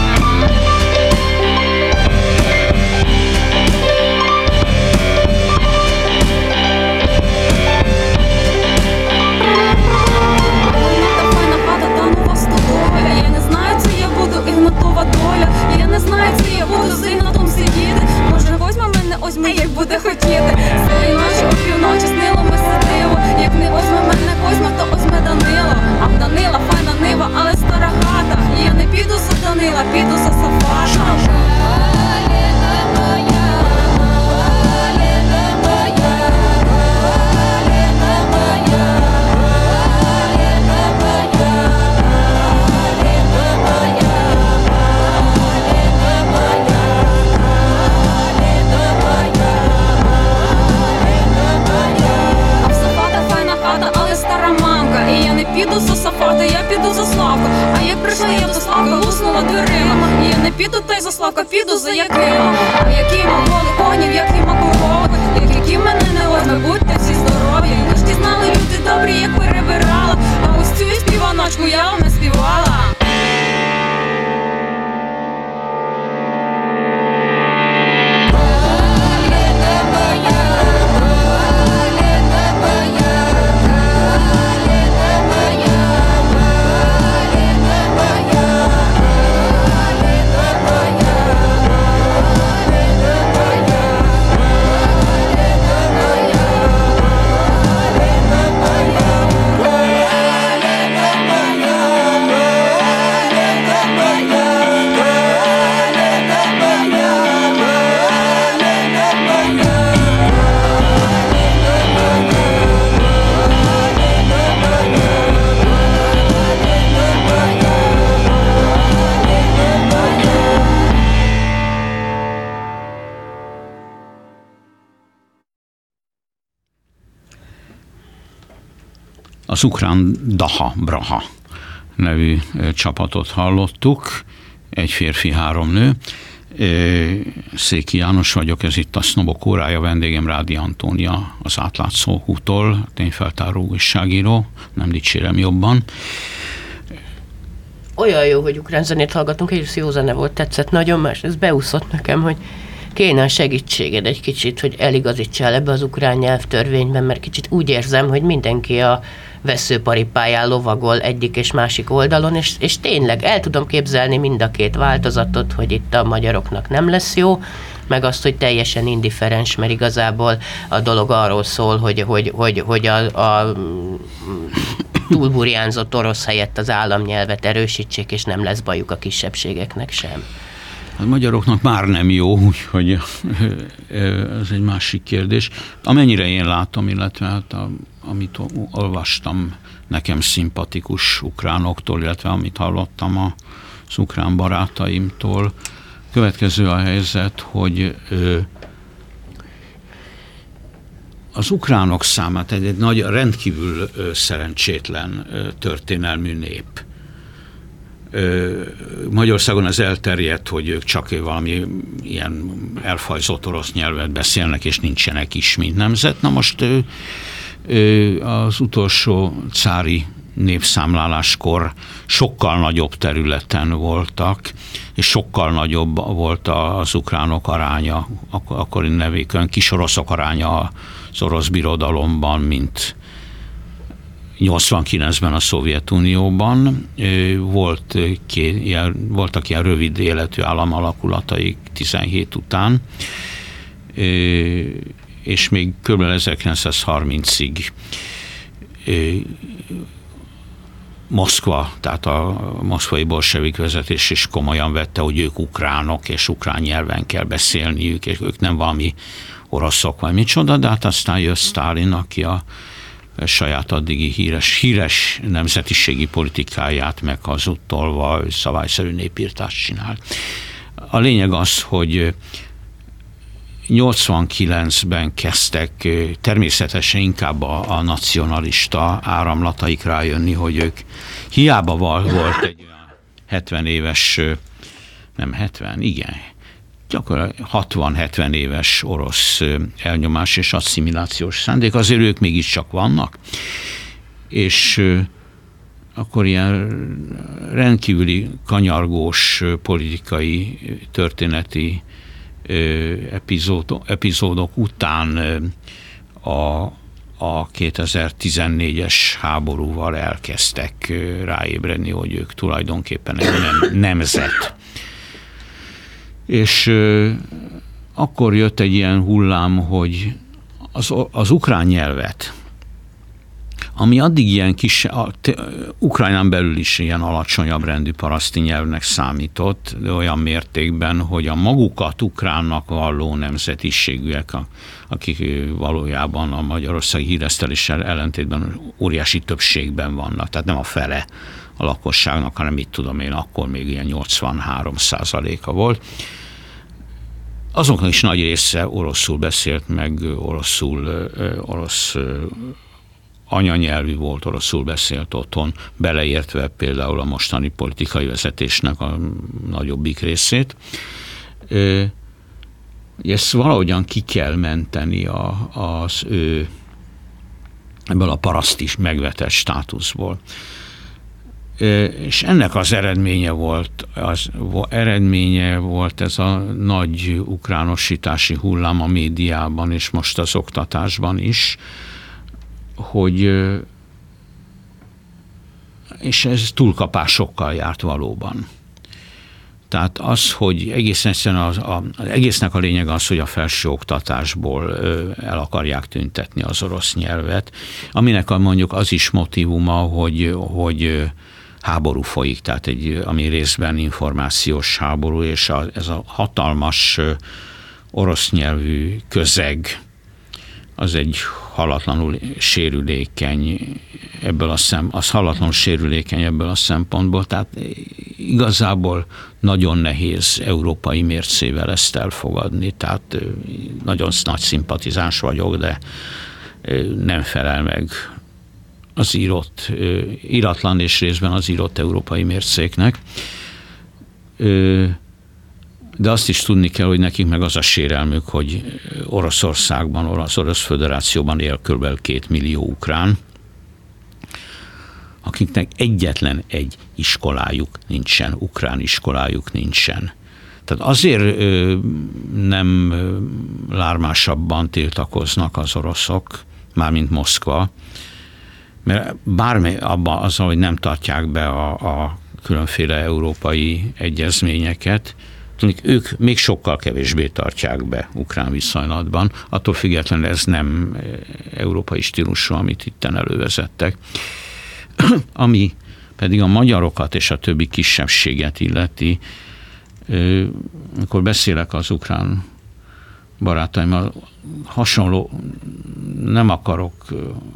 Ігнатова доля, я не знаю, чи я буду з Ігнатом сидіти. Може, возьме мене, ось мене, як буде хотіти. Цієї ночі, опівночі снило ми сидило. Як не возьме мене Козьма, то возьме Данило. А в Данила файна нива, але стара хата. І я не піду за Данила, піду за Сафата. Піду за Сафата, я піду за Славка. А як прийшла я до Славка, луснула дверима. І я не піду та й за Славка, піду за Якима. А які моволи конів, які макорови, які мене не возьме, будьте всі здорові. Ви ж дізнали, люди добрі, як перебирала. А ось цю співаночку я вам не співала. Az ukrán Daha Braha nevű csapatot hallottuk, egy férfi, 3 nő. Széki János vagyok, ez itt a Sznobok órája, vendégem Rádi Antónia, az Átlátszó Hútól, tényfeltáró újságíró, nem dicsérem jobban. Olyan jó, hogy ukrán zenét hallgatunk, és jó zene volt, tetszett nagyon, más ez beúszott nekem, hogy kéne a segítséged egy kicsit, hogy eligazítsál ebbe az ukrán nyelvtörvényben, mert kicsit úgy érzem, hogy mindenki a veszőparipáján lovagol egyik és másik oldalon, és tényleg el tudom képzelni mind a két változatot, hogy itt a magyaroknak nem lesz jó, meg azt, hogy teljesen indiferens, mert igazából a dolog arról szól, hogy a túlburjánzott orosz helyett az államnyelvet erősítsék, és nem lesz bajuk a kisebbségeknek sem. A magyaroknak már nem jó, úgyhogy ez egy másik kérdés. Amennyire én látom, illetve hát amit olvastam nekem szimpatikus ukránoktól, illetve amit hallottam az ukrán barátaimtól, következő a helyzet, hogy az ukránok számát egy nagy, rendkívül szerencsétlen történelmű nép. Magyarországon ez elterjedt, hogy ők csak valami ilyen elfajzott orosz nyelvet beszélnek, és nincsenek is, mint nemzet. Na most az utolsó cári népszámláláskor sokkal nagyobb területen voltak, és sokkal nagyobb volt az ukránok aránya, akkori nevékön kisoroszok aránya az orosz birodalomban, mint 89-ben a Szovjetunióban. Voltak ilyen rövid életű államalakulatai 17 után, és még kb. 1930-ig Moszkva, tehát a moszkvai bolsevik vezetés is komolyan vette, hogy ők ukránok, és ukrán nyelven kell beszélniük, és ők nem valami oroszok vagy micsoda, de hát aztán jött Sztálin, aki a saját addigi híres nemzetiségi politikáját meghazudtolva szabályszerű népírtást csinált. A lényeg az, hogy 89-ben kezdtek természetesen inkább a nacionalista áramlataik rájönni, hogy ők hiába volt egy olyan 70 éves, nem 70, igen, gyakorlatilag 60-70 éves orosz elnyomás és asszimilációs szándék, azért ők mégiscsak vannak, és akkor ilyen rendkívüli kanyargós politikai történeti epizódok után a 2014-es háborúval elkezdtek ráébredni, hogy ők tulajdonképpen egy nemzet. És akkor jött egy ilyen hullám, hogy az ukrán nyelvet, ami addig ilyen kis, Ukrajnán belül is ilyen alacsonyabb rendű paraszti nyelvnek számított, de olyan mértékben, hogy a magukat ukránnak valló nemzetiségűek, akik valójában a magyarországi híreszteléssel ellentétben óriási többségben vannak, tehát nem a fele a lakosságnak, hanem mit tudom én, akkor még ilyen 83%-a volt. Azoknak is nagy része oroszul beszélt, meg orosz anyanyelvű volt, oroszul beszélt otthon, beleértve például a mostani politikai vezetésnek a nagyobbik részét. Ezt valahogyan ki kell menteni az ő ebből a paraszti megvetett státuszból. És ennek az eredménye volt ez a nagy ukránosítási hullám a médiában, és most az oktatásban is, hogy és ez túlkapásokkal járt valóban. Tehát az, hogy egészen az egésznek a lényeg az, hogy a felsőoktatásból el akarják tüntetni az orosz nyelvet, aminek mondjuk az is motívuma, hogy háború folyik, tehát ami részben információs háború, és ez a hatalmas orosz nyelvű közeg, az egy halatlanul sérülékeny ebből a szempontból, tehát igazából nagyon nehéz európai mércével ezt elfogadni, tehát nagyon nagy szimpatizáns vagyok, de nem felel meg az írott, íratlan és részben az írott európai mércéknek. De azt is tudni kell, hogy nekik meg az a sérelmük, hogy Oroszországban, az Orosz Föderációban él kb. 2 millió ukrán, akiknek egyetlen egy iskolájuk nincsen, ukrán iskolájuk nincsen. Tehát azért nem lármásabban tiltakoznak az oroszok, mármint Moszkva, mert bármi abban az, hogy nem tartják be a különféle európai egyezményeket, ők még sokkal kevésbé tartják be ukrán viszonylatban, attól függetlenül ez nem európai stílusú, amit itten elővezettek. Ami pedig a magyarokat és a többi kisebbséget illeti, amikor beszélek az ukrán barátaimmal, hasonló, nem akarok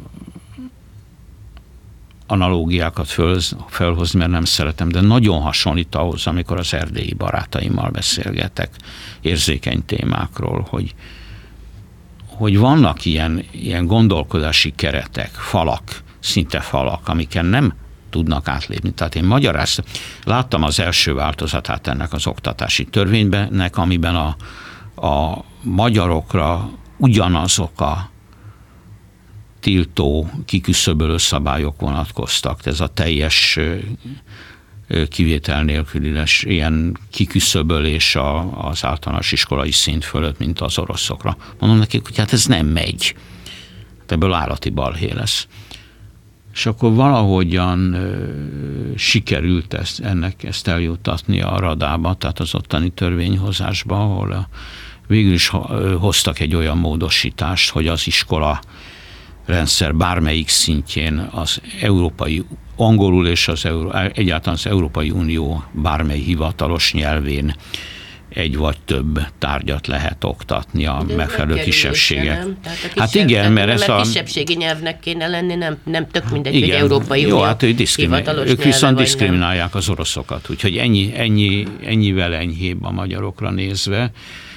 analógiákat felhozni, mert nem szeretem, de nagyon hasonlít ahhoz, amikor az erdélyi barátaimmal beszélgetek érzékeny témákról, hogy vannak ilyen gondolkodási keretek, falak, szinte falak, amiken nem tudnak átlépni. Tehát én láttam az első változatát ennek az oktatási törvénynek, amiben a magyarokra ugyanazok a tiltó, kiküszöbölő szabályok vonatkoztak. Ez a teljes kivétel nélküli ilyen kiküszöbölés az általános iskolai szint fölött, mint az oroszokra. Mondom nekik, hogy hát ez nem megy. Ebből állati balhé lesz. És akkor valahogyan sikerült ezt eljuttatni a radába, tehát az ottani törvényhozásba, ahol végül is hoztak egy olyan módosítást, hogy az iskola rendszer bármelyik szintjén az európai angolul és egyáltalán az Európai Unió bármely hivatalos nyelvén egy vagy több tárgyat lehet oktatni a megfelelő kisebbségek. Hát igen, mert ez a kisebbségi nyelvnek kéne lenni, nem tök mindegy, igen, hogy Európai Unió hivatalos ők viszont diszkriminálják az oroszokat, úgyhogy ennyivel enyhébb a magyarokra nézve.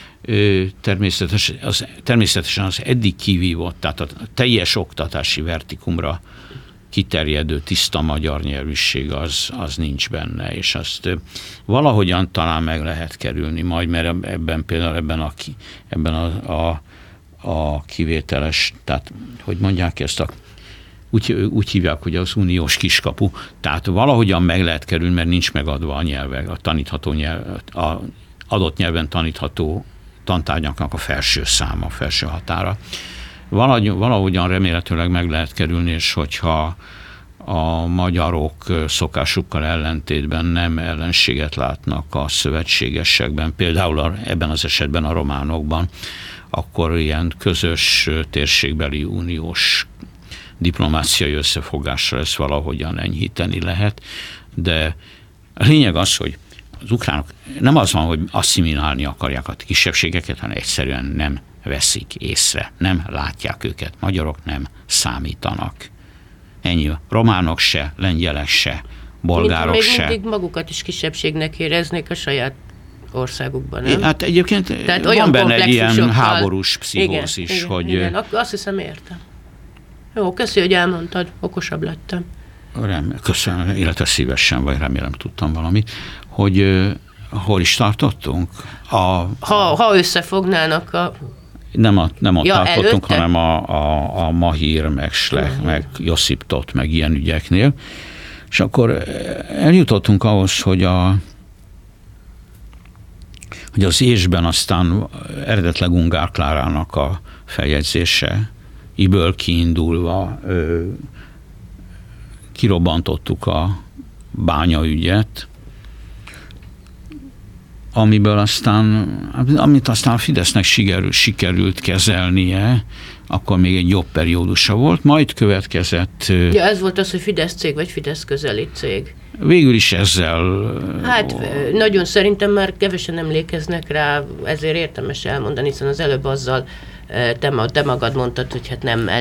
Természetesen az eddig kivívott, tehát a teljes oktatási vertikumra kiterjedő tiszta magyar nyelvűség az nincs benne, és azt valahogyan talán meg lehet kerülni majd, mert ebben a kivételes, tehát hogy mondják ezt, úgy hívják, hogy az uniós kiskapu, tehát valahogyan meg lehet kerülni, mert nincs megadva a nyelvek, a tanítható nyelv, a adott nyelven tanítható tantárgyaknak a felső száma, felső határa. Valahogyan remélhetőleg meg lehet kerülni, és hogyha a magyarok szokásukkal ellentétben nem ellenséget látnak a szövetségesekben, például ebben az esetben a románokban, akkor ilyen közös térségbeli uniós diplomáciai összefogásra ezt valahogyan enyhíteni lehet, de a lényeg az, hogy az ukránok nem az van, hogy asszimilálni akarják a kisebbségeket, hanem egyszerűen nem veszik észre, nem látják őket. Magyarok nem számítanak. Ennyi. Románok se, lengyelek se, bolgárok még se. Mindig magukat is kisebbségnek éreznék a saját országukban, nem? Hát egyébként tehát van benne egy ilyen háborús pszichózis, igen, hogy... Igen, azt hiszem értem. Jó, köszi, hogy elmondtad, okosabb lettem. Köszönöm, illetve szívesen, vagy remélem tudtam valamit, hogy hol is tartottunk? Ha összefognának Nem ott tartottunk, előtte? hanem a Mahír, meg Schlech, meg Josip Tott, meg ilyen ügyeknél. És akkor eljutottunk ahhoz, hogy az ésben aztán eredetleg Ungár Klárának a feljegyzése, iből kiindulva kirobbantottuk a bányaügyet, amit aztán a Fidesznek sikerült kezelnie, akkor még egy jobb periódusa volt, majd következett... Ja, ez volt az, hogy Fidesz cég, vagy Fidesz közeli cég. Végül is ezzel... Hát nagyon szerintem már kevesen emlékeznek rá, ezért érdemes elmondani, hiszen az előbb azzal te magad mondtad, hogy hát nem elég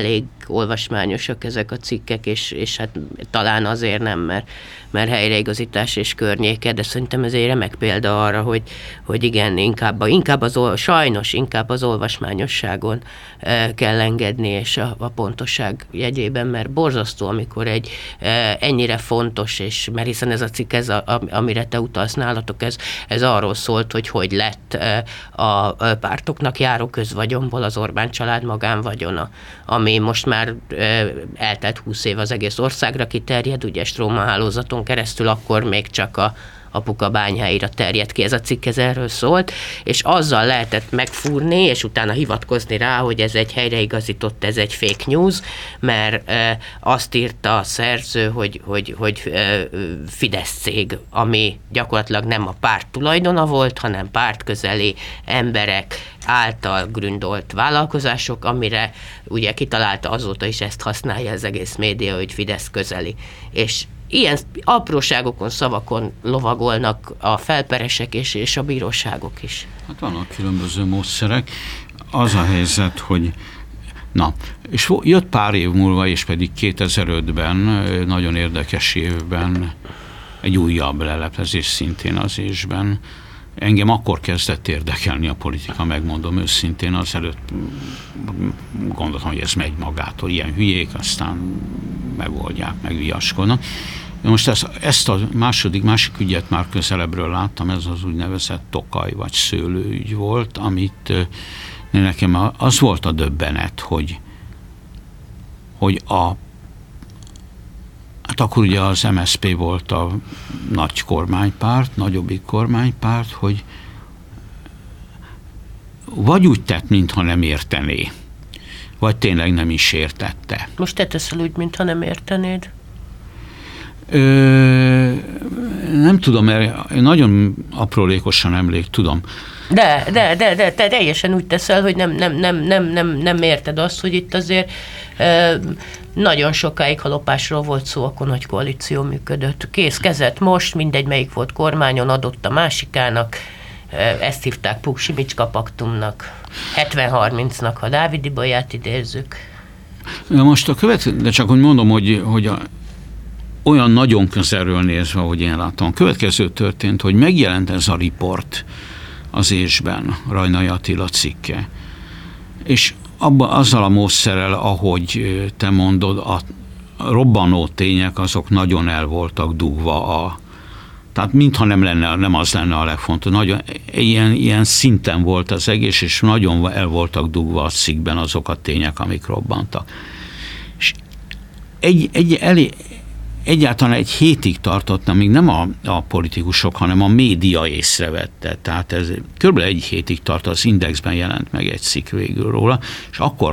olvasmányosak ezek a cikkek, és hát talán azért nem, mert helyreigazítás és környéke, de szerintem ez egy remek példa arra, hogy igen, inkább az olvasmányosságon kell engedni, és a pontosság jegyében, mert borzasztó, amikor egy ennyire fontos, és mert hiszen ez a cikk, amire te utalsz nálatok, ez arról szólt, hogy lett a pártoknak járó közvagyonból az Orbán család magánvagyona, ami most már eltelt 20 év, az egész országra kiterjed, ugye Stróman hálózaton keresztül, akkor még csak a apuka bányáira terjedt ki, ez a cikk, ez erről szólt, és azzal lehetett megfúrni, és utána hivatkozni rá, hogy ez egy helyreigazított, ez egy fake news, mert azt írta a szerző, hogy Fidesz cég, ami gyakorlatilag nem a párt tulajdona volt, hanem pártközeli emberek által gründolt vállalkozások, amire ugye kitalálta, azóta is ezt használja az egész média, hogy Fidesz közeli. És ilyen apróságokon, szavakon lovagolnak a felperesek és a bíróságok is. Hát vannak különböző módszerek. Az a helyzet, hogy és jött pár év múlva, és pedig 2005-ben, nagyon érdekes évben egy újabb leleplezés szintén az ésben. Engem akkor kezdett érdekelni a politika, megmondom őszintén, azelőtt gondoltam, hogy ez megy magától, ilyen hülyék, aztán megoldják, megviaskodnak. Most ezt a másik ügyet már közelebbről láttam, ez az úgynevezett Tokaj vagy szőlőügy volt, amit nekem az volt a döbbenet, hogy hát akkor ugye az MSZP volt a nagy kormánypárt, nagyobbik kormánypárt, hogy vagy úgy tett, mintha nem értené, vagy tényleg nem is értette. Most te teszel úgy, mintha nem értenéd? Nem tudom, mert nagyon aprólékosan tudom. De, te teljesen úgy teszel, hogy nem érted azt, hogy itt azért nagyon sokáig, ha lopásról volt szó, akkor nagy koalíció működött. Kész kezet most, mindegy melyik volt kormányon, adott a másikának, ezt hívták Puk-Simicska paktumnak, 70-30-nak, ha Dávid Ibolyát idézzük. Most a következő, de csak úgy mondom, hogy olyan nagyon közelről nézve, ahogy én látom, a következő történt, hogy megjelent ez a riport az ésben, Rajnai Attila cikke. És azzal a módszerrel, ahogy te mondod, a robbanó tények azok nagyon el voltak dugva tehát mintha nem az lenne a legfontosabb. Nagyon, ilyen szinten volt az egész, és nagyon el voltak dugva a cikkben azok a tények, amik robbantak. És egyáltalán egy hétig tartott, még nem a politikusok, hanem a média észrevette. Tehát ez körülbelül egy hétig tartott, az Indexben jelent meg egy cikk végül róla, és akkor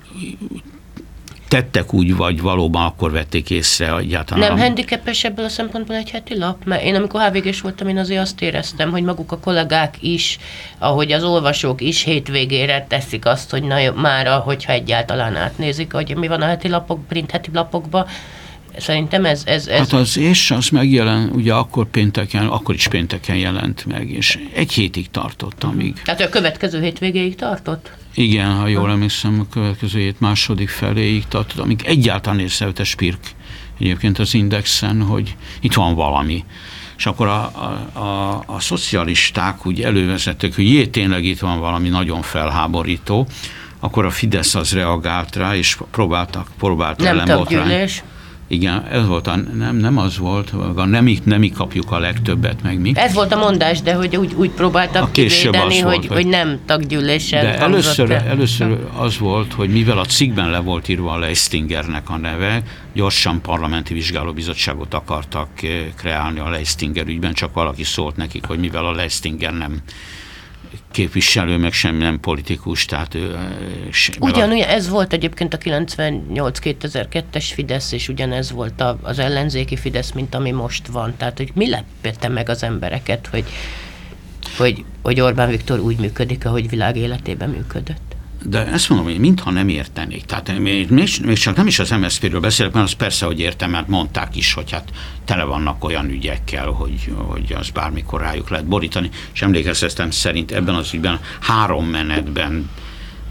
tettek úgy, vagy valóban akkor vették észre egyáltalán. Nem handicapes ebből a szempontból egy heti lap? Mert én amikor HVG-s voltam, én azért azt éreztem, hogy maguk a kollégák is, ahogy az olvasók is hétvégére teszik azt, hogy hogyha egyáltalán átnézik, hogy mi van a print heti lapokban. Szerintem ez... Hát az megjelent, ugye akkor is pénteken jelent meg, és egy hétig tartott, amíg... Tehát a következő hétvégéig tartott? Igen, ha jól emlékszem, a következő hét második feléig tartott, amíg egyáltalán észrevett a Spirk egyébként az Indexen, hogy itt van valami. És akkor a szocialisták úgy elővezettek, hogy tényleg itt van valami nagyon felháborító, akkor a Fidesz az reagált rá, és próbált ellenbotrány. Igen, ez volt nem az volt, nem mi kapjuk a legtöbbet, meg mi. Ez volt a mondás, de hogy úgy próbáltak kivédeni, hogy nem taggyűlésen. De először az volt, hogy mivel a cikkben le volt írva a Leistingernek a neve, gyorsan parlamenti vizsgálóbizottságot akartak kreálni a Leistinger ügyben, csak valaki szólt nekik, hogy mivel a Leistinger nem képviselő, meg sem nem politikus, tehát Ugyanúgy ez volt egyébként a 98-2002-es Fidesz, és ugyanez volt az ellenzéki Fidesz, mint ami most van. Tehát, hogy mi lepette meg az embereket, hogy Orbán Viktor úgy működik, ahogy világ életében működött. De ezt mondom, hogy mintha nem értenék. Tehát még csak nem is az MSZP-ről beszélek, mert az persze, hogy értem, mert mondták is, hogy hát tele vannak olyan ügyekkel, hogy az bármikor rájuk lehet borítani. És emlékeztetem szerint ebben az ügyben 3 menetben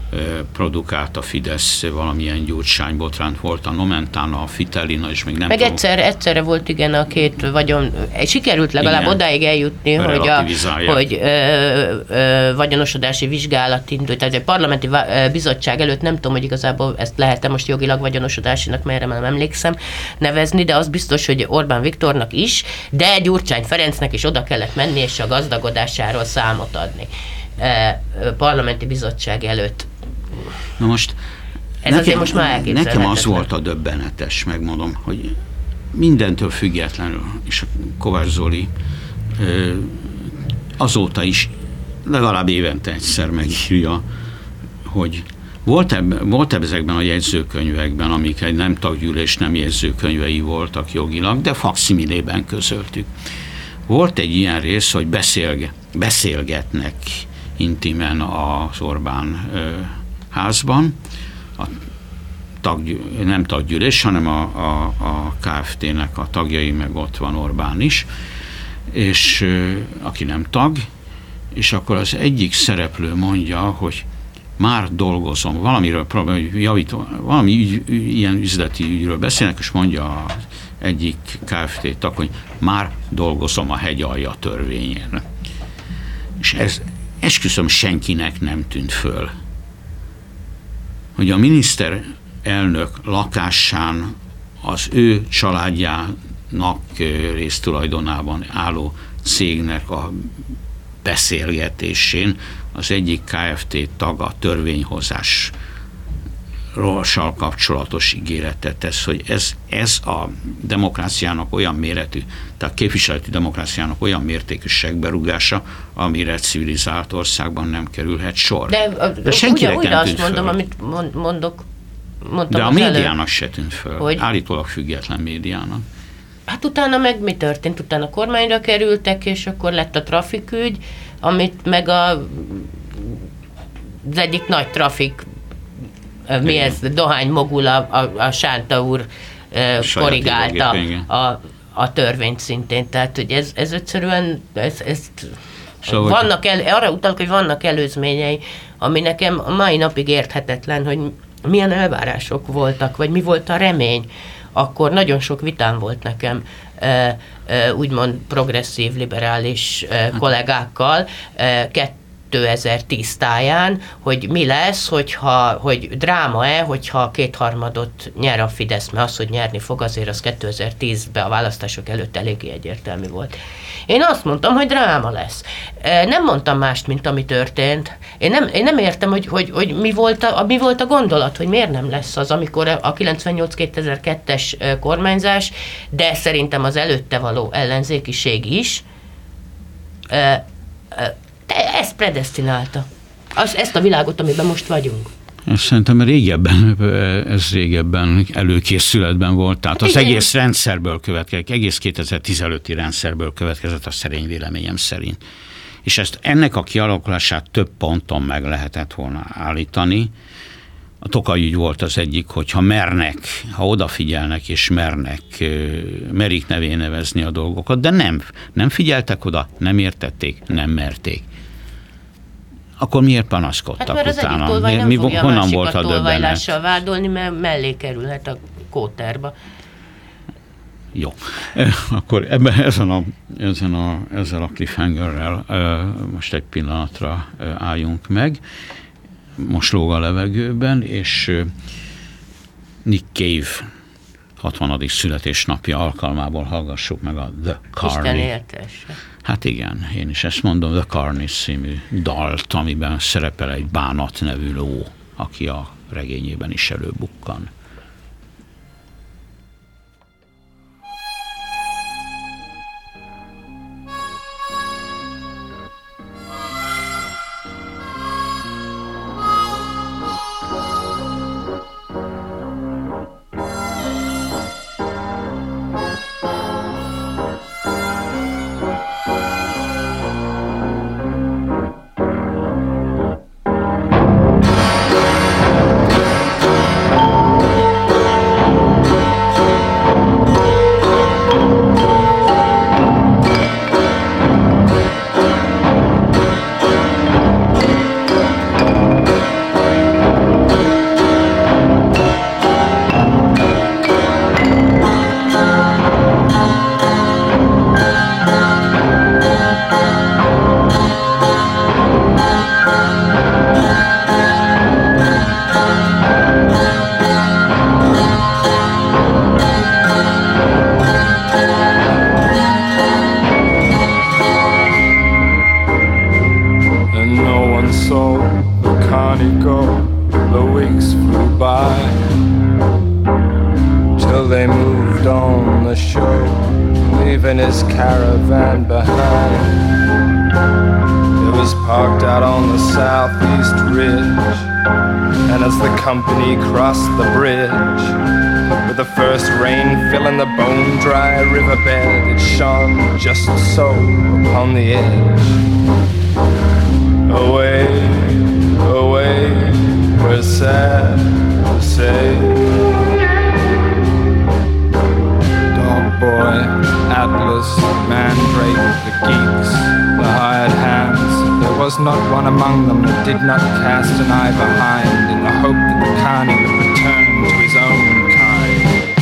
produkált a Fidesz valamilyen gyurcsánybotránt, volt a Nomentana, a Fitellina, és még nem meg egyszerre volt igen a két vagyon, sikerült legalább igen, odáig eljutni, hogy vagyonosodási vizsgálat indult, tehát egy parlamenti bizottság előtt nem tudom, hogy igazából ezt lehet-e most jogilag vagyonosodásinak, mert erre nem emlékszem nevezni, de az biztos, hogy Orbán Viktornak is, de Gyurcsány Ferencnek is oda kellett menni, és a gazdagodásáról számot adni. Parlamenti bizottság előtt. Na most most már nekem az volt a döbbenetes, megmondom, hogy mindentől függetlenül, és a Kovács Zoli azóta is legalább évente egyszer megírja, hogy volt ezekben a jegyzőkönyvekben, amik egy nem taggyűlés, nem jegyzőkönyvei voltak jogilag, de fakszimilében közöltük. Volt egy ilyen rész, hogy beszélgetnek intimen az Orbán házban, nem taggyűlés, hanem a Kft-nek a tagjai, meg ott van Orbán is, és aki nem tag, és akkor az egyik szereplő mondja, hogy már dolgozom, valamiről valami ilyen üzleti ügyről beszélnek, és mondja az egyik Kft. Tag, hogy már dolgozom a hegyalja törvényén. És ez esküszöm senkinek nem tűnt föl, hogy a miniszterelnök lakásán az ő családjának résztulajdonában álló cégnek a beszélgetésén az egyik Kft. Tag a törvényhozás kapcsolatos ígéretet tesz, hogy ez a demokráciának olyan méretű, tehát a képviseleti demokráciának olyan mértékű segberúgása, amire civilizált országban nem kerülhet sor. De senkinek nem tűnt azt mondom, amit mondtam. De a médiának se tűnt föl, hogy állítólag független médiának. Hát utána meg mi történt? Utána kormányra kerültek, és akkor lett a trafikügy, amit meg az egyik nagy trafik mi ez, Dohány Mogul, a Sánta úr korrigálta a törvényt szintén. Tehát, hogy ez egyszerűen, szóval arra utalok, hogy vannak előzményei, ami nekem a mai napig érthetetlen, hogy milyen elvárások voltak, vagy mi volt a remény. Akkor nagyon sok vitám volt nekem úgymond progresszív, liberális kollégákkal, 2010 táján, hogy mi lesz, hogy dráma-e, hogyha 2/3 nyer a Fidesz, mert az, hogy nyerni fog, azért az 2010-ben a választások előtt eléggé egyértelmű volt. Én azt mondtam, hogy dráma lesz. Nem mondtam mást, mint ami történt. Én nem értem, hogy mi volt a gondolat, hogy miért nem lesz az, amikor a 98-2002-es kormányzás, de szerintem az előtte való ellenzékiség is, ezt predesztinálta. Ezt a világot, amiben most vagyunk. Szerintem ez régebben előkészületben volt, tehát az egész rendszerből következik, egész 2015-i rendszerből következett a szerény véleményem szerint. És ennek a kialakulását több ponton meg lehetett volna állítani. A Tokaj ügy volt az egyik, hogyha ha odafigyelnek és merik nevén nevezni a dolgokat, de nem figyeltek oda, nem értették, nem merték. Akkor miért panaszkodtak utána? Hát mert az egyik tolvaj nem fogja a másikat tolvajlással vádolni, mert mellé kerülhet a kóterba. Jó. Akkor ezzel a cliffhangerrel most egy pillanatra álljunk meg. Most lóg a levegőben, és Nick Cave 60. születésnapja alkalmából hallgassuk meg a The Carney. Isten éltesse. Hát igen, én is ezt mondom, The Carney című dalt, amiben szerepel egy Bánat nevű ló, aki a regényében is előbukkan. the carny go, the weeks flew by, till they moved on the show, leaving his caravan behind. It was parked out on the southeast ridge, and as the company crossed the bridge, with the first rain filling the bone-dry riverbed, it shone just so upon the edge. Away, away, we're sad to say. Dog boy, Atlas, Mandrake, the geeks, the hired hands, there was not one among them that did not cast an eye behind in the hope that the carny would return to his own kind.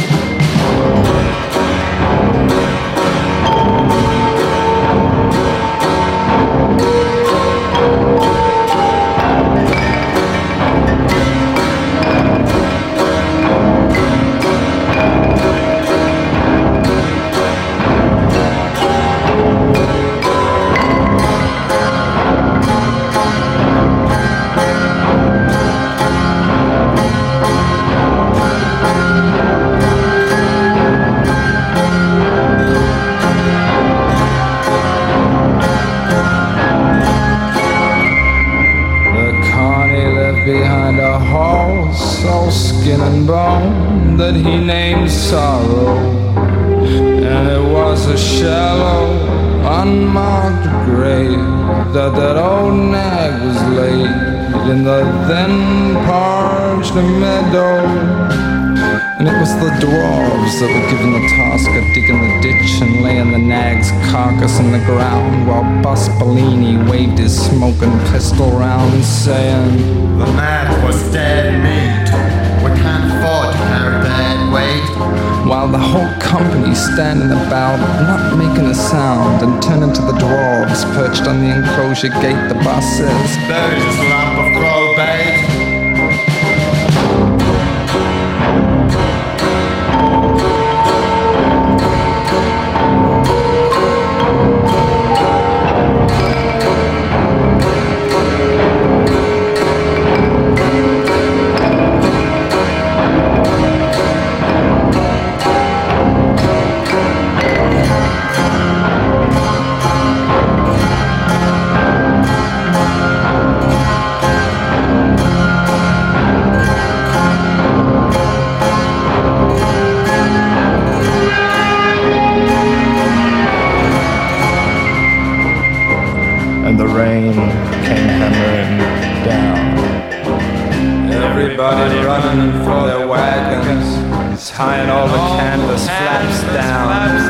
Behind a horse, all skin and bone, that he named Sorrow. And it was a shallow, unmarked grave that old nag was laid in the then parched meadow. And it was the dwarves that were given the task of digging the ditch and laying the nag's carcass in the ground, while Bus Bellini waved his smoking pistol round, saying, "The nag was dead meat. We can't afford to carry that weight." While the whole company standing about, not making a sound, and turning to the dwarves perched on the enclosure gate, the boss says, "There's this lump of crow bait." And the rain came hammering down. Everybody running for their wagons, tying all the canvas flaps down.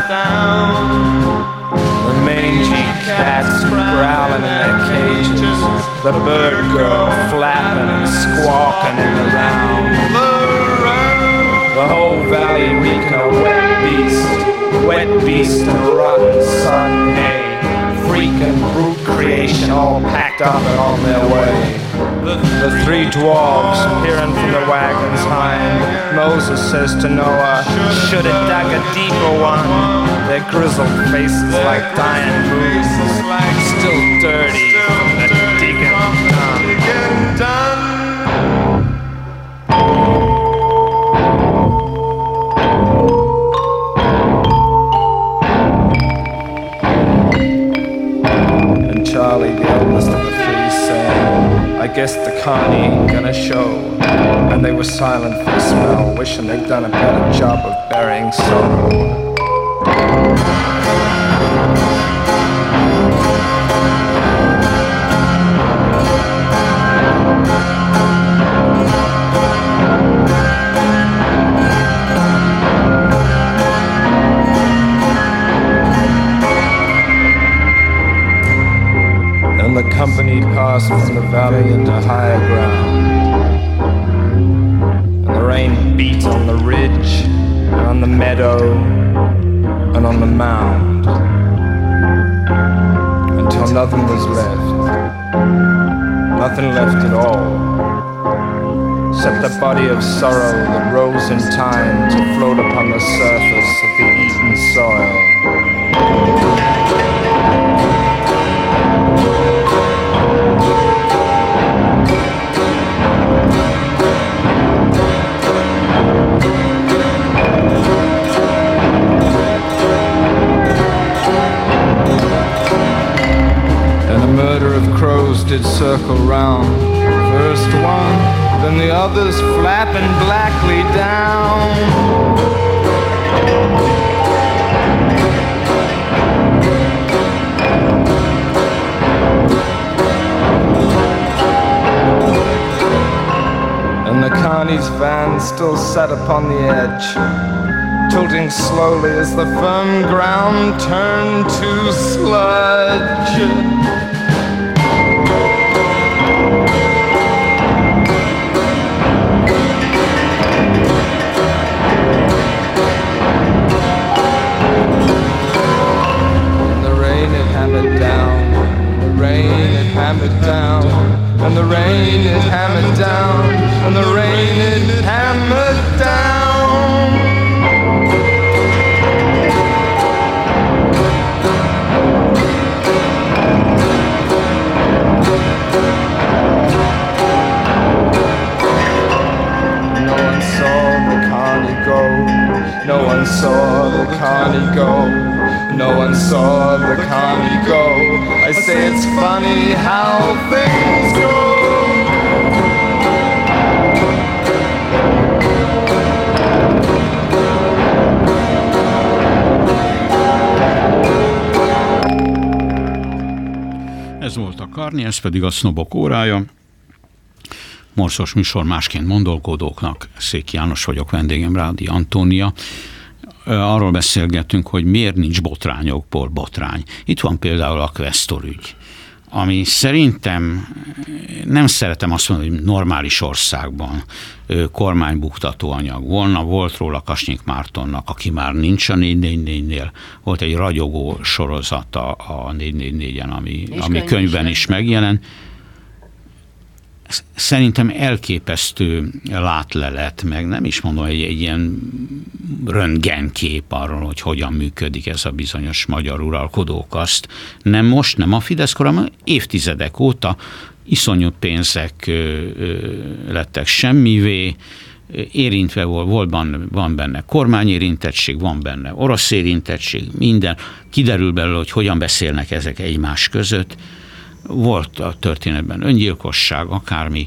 The mangy cats growling in their cages, the bird girl flapping and squawking in the round. The whole valley reeking of wet beast and rotten sodden hay. Freak and brute creation all packed up and on their way. The three dwarves peering from the wagon's hind. Moses says to Noah, should have dug a deeper one. Their grizzled faces like dying moons, still dirty from the digging done. Charlie, the eldest of the three, saying, I guess the carny ain't gonna show. And they were silent for a spell, wishing they'd done a better job of burying sorrow. And the company passed from the valley into higher ground. And the rain beat on the ridge, and on the meadow, and on the mound, until nothing was left. Nothing left at all, except the body of sorrow that rose in time to float upon the surface of the eaten soil. circle round. First one, then the others flapping blackly down. And the Carney's van still sat upon the edge, tilting slowly as the firm ground turned to sludge. And the rain had hammered down, the rain had hammered down, and the rain had hammered down, and the rain had hammered down. No one saw the Carney go. No one saw the Carney go. I say it's funny how things go. Ez volt a Carney, ez pedig a Sznobok órája. Morszos műsor másként gondolkodóknak. Széki János vagyok, vendégem Rádi Antónia. Arról beszélgetünk, hogy miért nincs botrányokból botrány. Itt van például a kvesztorügy, ami szerintem, nem szeretem azt mondani, hogy normális országban kormánybuktató anyag volna. Volt róla Kasnyik Mártonnak, aki már nincs a 444-nél. Volt egy ragyogó sorozata a 444-en, ami könyvben is megjelent. Szerintem elképesztő látlelet, meg nem is mondom, egy ilyen röntgenkép arról, hogy hogyan működik ez a bizonyos magyar uralkodókaszt. Nem most, nem a Fideszkor, hanem évtizedek óta iszonyú pénzek lettek semmivé, érintve van benne kormányérintettség, van benne orosz érintettség, minden. Kiderül belőle, hogy hogyan beszélnek ezek egymás között. Volt a történetben öngyilkosság, akármi,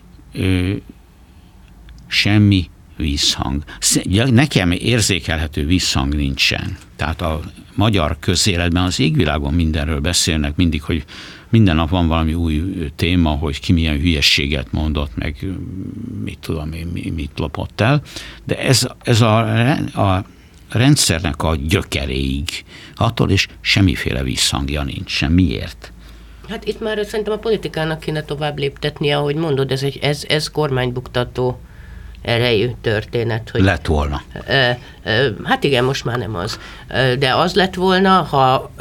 semmi visszhang. Nekem érzékelhető visszhang nincsen. Tehát a magyar közéletben az égvilágon mindenről beszélnek mindig, hogy minden nap van valami új téma, hogy ki milyen hülyességet mondott, meg mit tudom én, mit lopott el. De ez a rendszernek a gyökeréig attól, és semmiféle visszhangja nincs. Miért? Hát itt már szerintem a politikának kéne tovább léptetnie, ahogy mondod, ez kormánybuktató erejű történet. Hogy, lett volna. Hát igen, most már nem az. De az lett volna, ha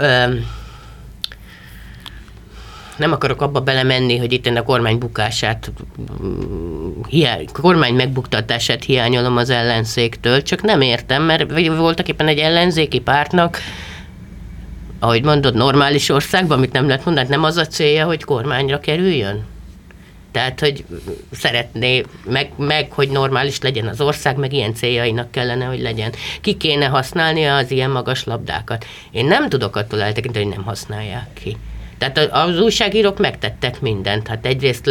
nem akarok abba belemenni, hogy itt én a kormány bukását, kormány megbuktatását hiányolom az ellenzéktől, csak nem értem, mert voltak éppen egy ellenzéki pártnak, ahogy mondod, normális országban, amit nem lehet mondani, nem az a célja, hogy kormányra kerüljön? Tehát, hogy szeretné, meg hogy normális legyen az ország, meg ilyen céljainak kellene, hogy legyen. Ki kéne használnia az ilyen magas labdákat? Én nem tudok attól eltekinteni, hogy nem használják ki. Tehát az újságírók megtettek mindent. Hát egyrészt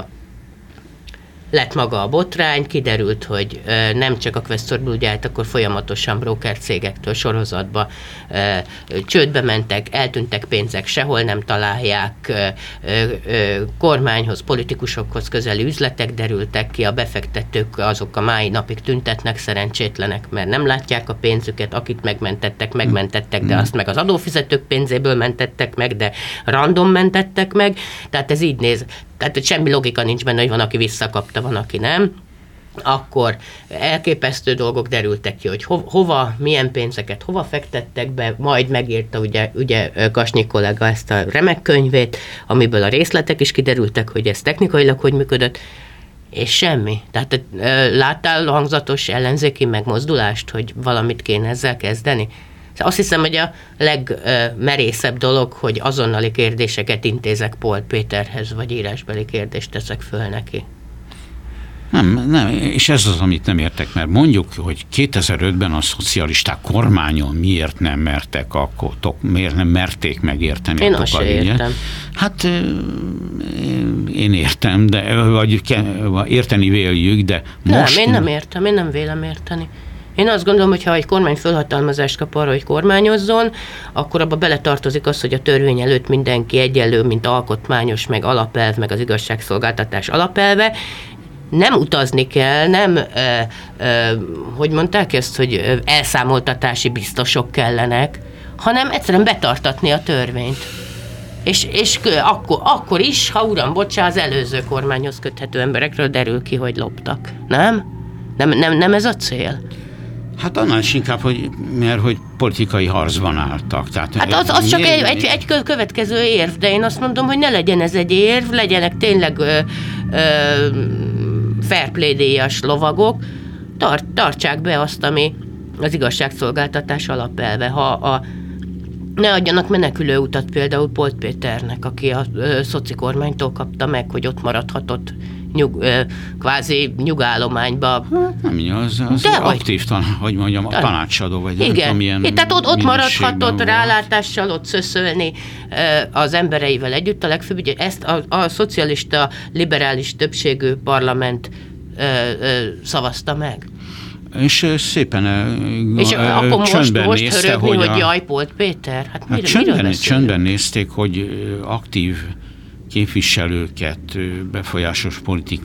lett maga a botrány, kiderült, hogy nem csak a Questor ügyelt, akkor folyamatosan broker cégektől sorozatba csődbe mentek, eltűntek pénzek, sehol nem találják, kormányhoz, politikusokhoz közeli üzletek derültek ki, a befektetők azok a mai napig tüntetnek, szerencsétlenek, mert nem látják a pénzüket, akit megmentettek, de azt meg az adófizetők pénzéből mentettek meg, de random mentettek meg, tehát ez így néz. Tehát semmi logika nincs benne, hogy van, aki visszakapta, van, aki nem. Akkor elképesztő dolgok derültek ki, hogy hova, milyen pénzeket hova fektettek be, majd megírta ugye Kasnyik kollega ezt a remek könyvét, amiből a részletek is kiderültek, hogy ez technikailag hogy működött, és semmi. Tehát láttál hangzatos ellenzéki megmozdulást, hogy valamit kéne ezzel kezdeni? Azt hiszem, hogy a legmerészebb dolog, hogy azonnali kérdéseket intézek Polt Péterhez, vagy írásbeli kérdést teszek föl neki. Nem, és ez az, amit nem értek, mert mondjuk, hogy 2005-ben a szocialisták kormányon miért nem mertek, miért nem merték megérteni én a Tokaj-ügyet. Értem. Hát én értem, vagy érteni véljük, de most... Nem, én nem értem, én nem vélem érteni. Én azt gondolom, hogy ha egy kormány fölhatalmazást kap arra, hogy kormányozzon, akkor abba beletartozik az, hogy a törvény előtt mindenki egyenlő, mint alkotmányos, meg alapelv, meg az igazságszolgáltatás alapelve. Nem utazni kell, nem, hogy mondták ezt, hogy elszámoltatási biztosok kellenek, hanem egyszerűen betartatni a törvényt. És akkor is, ha uram, bocsá, az előző kormányhoz köthető emberekről derül ki, hogy loptak. Nem ez a cél? Hát annál is inkább, mert politikai harcban álltak. Tehát hát az csak egy következő érv, de én azt mondom, hogy ne legyen ez egy érv, legyenek tényleg fair play-díjas lovagok, tartsák be azt, ami az igazságszolgáltatás alapelve. Ne adjanak menekülő utat például Polt Péternek, aki a szoci kormánytól kapta meg, hogy ott maradhatott kvázi nyugállományba. Nem, az aktív, tanácsadó, vagy igen. Nem tudom, milyen tehát ott maradhatott volt. Rálátással, ott szöszölni az embereivel együtt. A legfőbb, ugye ezt a szocialista, liberális többségű parlament szavazta meg. És szépen és akkor most nézte, hogy jaj, Polt Péter? Hát csöndben nézték, hogy aktív képviselőket, befolyásos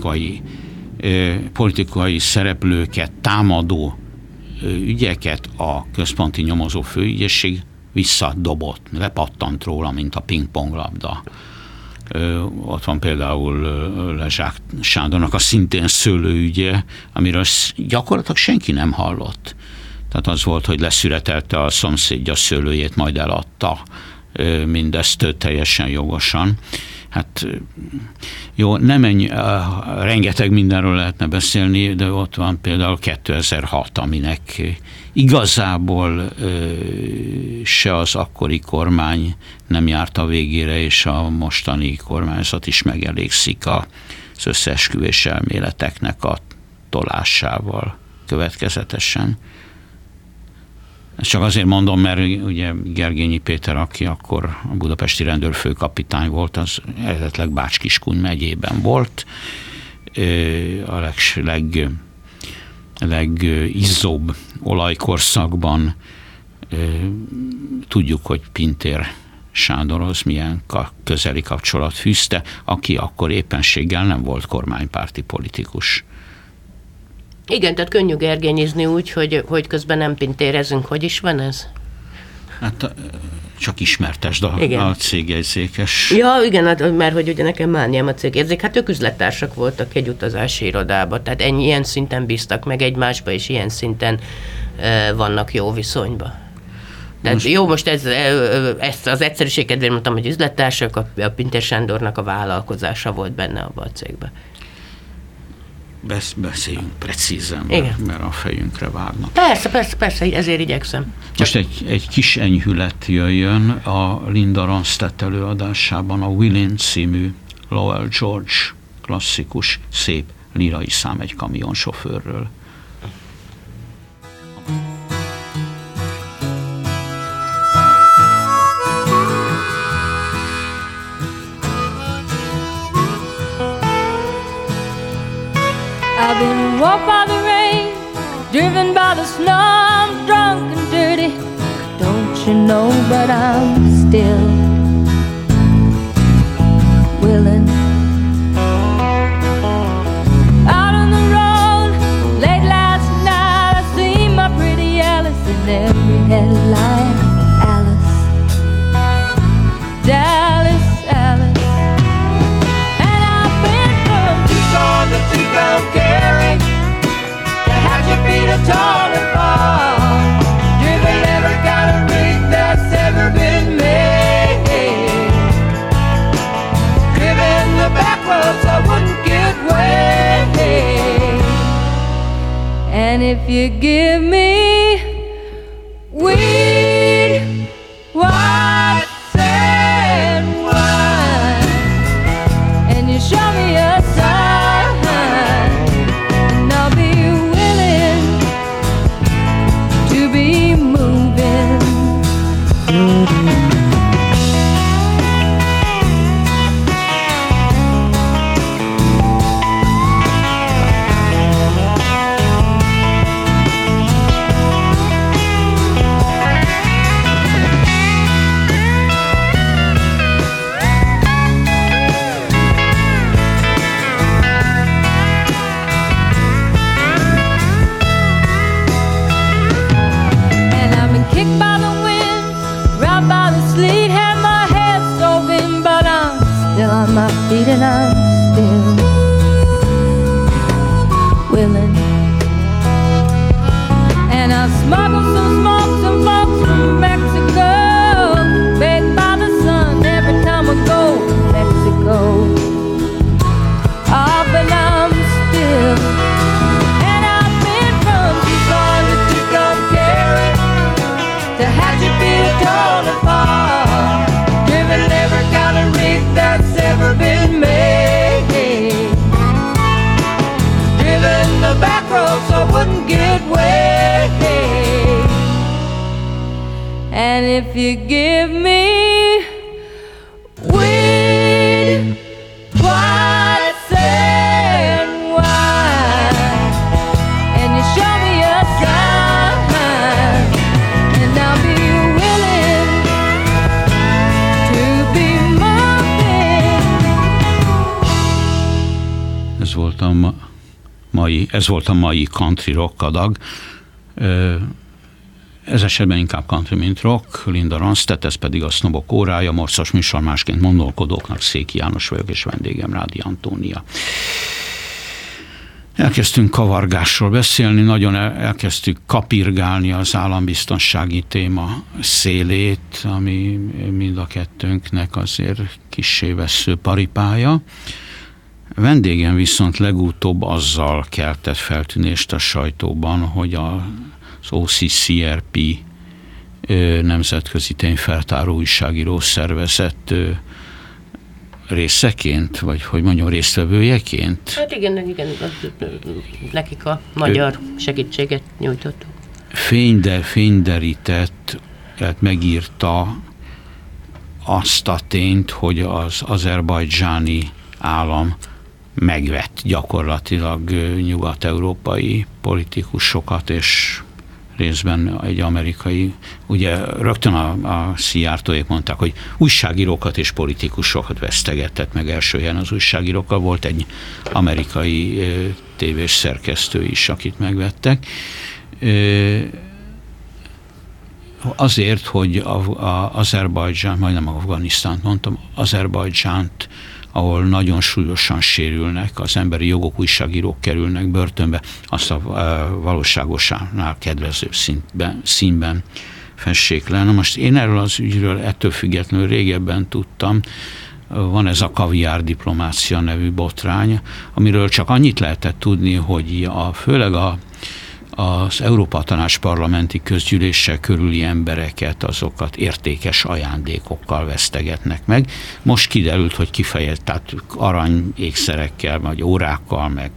politikai szereplőket, támadó ügyeket a központi nyomozó főügyészség visszadobott, lepattant róla, mint a pingponglabda. Ott van például Lezsák Sándornak a szintén szőlőügye, amiről gyakorlatilag senki nem hallott. Tehát az volt, hogy leszüretelte a szomszédja szőlőjét, majd eladta mindezt teljesen jogosan. Hát jó, nem ennyi, rengeteg mindenről lehetne beszélni, de ott van például 2006, aminek igazából se az akkori kormány nem járt a végére, és a mostani kormányzat is megelégszik az összeesküvés elméleteknek a tolásával következetesen. Ezt csak azért mondom, mert ugye Gergényi Péter, aki akkor a budapesti rendőrfőkapitány volt, az eredetileg Bács-Kiskun megyében volt. A legizzóbb olajkorszakban tudjuk, hogy Pintér Sándorhoz milyen közeli kapcsolat fűzte, aki akkor éppenséggel nem volt kormánypárti politikus. Igen, tehát könnyű gergényizni úgy, hogy közben nem pintérezünk. Hogy is van ez? Hát csak ismertesd a cégjegyzékes. Ja, igen, mert hogy ugye nekem mániám a cégjegyzék. Hát ők üzlettársak voltak egy utazási irodába, tehát ilyen szinten bíztak meg egymásba, és ilyen szinten vannak jó viszonyba. Tehát most ezt az egyszerűség kedvéért mondtam, hogy üzlettársak, a Pintér Sándornak a vállalkozása volt benne abban a cégben. Beszéljünk precízen, mert a fejünkre vágnak. Persze, ezért igyekszem. Most egy kis enyhület jöjjön a Linda Ronstadt előadásában, a Willin című Lowell George klasszikus, szép lírai szám egy kamionsofőrről. I've been walked by the rain, driven by the snow, I'm drunk and dirty, don't you know, but I'm still willing. Out on the road, late last night, I seen my pretty Alice in every headline. Alice, Dallas, Alice. And I've been from Tucson to Tucson, carry to have your feet are tall and far. Driven every kind of rig that's ever been made. Driven the back roads I wouldn't give way. And if you give me weed, white and wine, and you show me a sign, if you give me weed, white and wine, and you show me a sign, and I'll be willing to be muffin. Ez volt a mai country rock adag. Ez esetben inkább country, mint rock. Linda Ronstadt, ez pedig a Sznobok órája, morcos műsor másként gondolkodóknak. Széki János vagyok, és vendégem Rádi Antónia. Elkezdtünk kavargásról beszélni, nagyon elkezdtük kapirgálni az állambiztonsági téma szélét, ami mind a kettőnknek azért kissé vessző paripája. Vendégem viszont legutóbb azzal keltett feltűnést a sajtóban, hogy az OCCRP nemzetközi tényfeltáró újságíró szervezet részeként, vagy hogy mondjam, résztvevőjeként? Hát igen, nekik a magyar segítséget nyújtottuk. Fényderített, tehát megírta azt a tényt, hogy az azerbajdzsáni állam megvett gyakorlatilag nyugat-európai politikusokat, és részben egy amerikai, ugye rögtön a Szijjártóék mondták, hogy újságírókat és politikusokat vesztegetett meg, első helyen az újságírókkal, volt egy amerikai tévés szerkesztő is, akit megvettek. Azért, hogy Azerbajdzsán, majdnem Afganisztánt mondtam, Azerbajdzsánt, ahol nagyon súlyosan sérülnek, az emberi jogok, újságírók kerülnek börtönbe, azt a valóságosánál kedvezőbb színben fessék le. Na most én erről az ügyről ettől függetlenül régebben tudtam, van ez a kaviár diplomácia nevű botrány, amiről csak annyit lehetett tudni, hogy főleg az Európa Tanács parlamenti közgyűléssel körüli embereket, azokat értékes ajándékokkal vesztegetnek meg. Most kiderült, hogy kifejezetten, tehát arany ékszerekkel, vagy órákkal, meg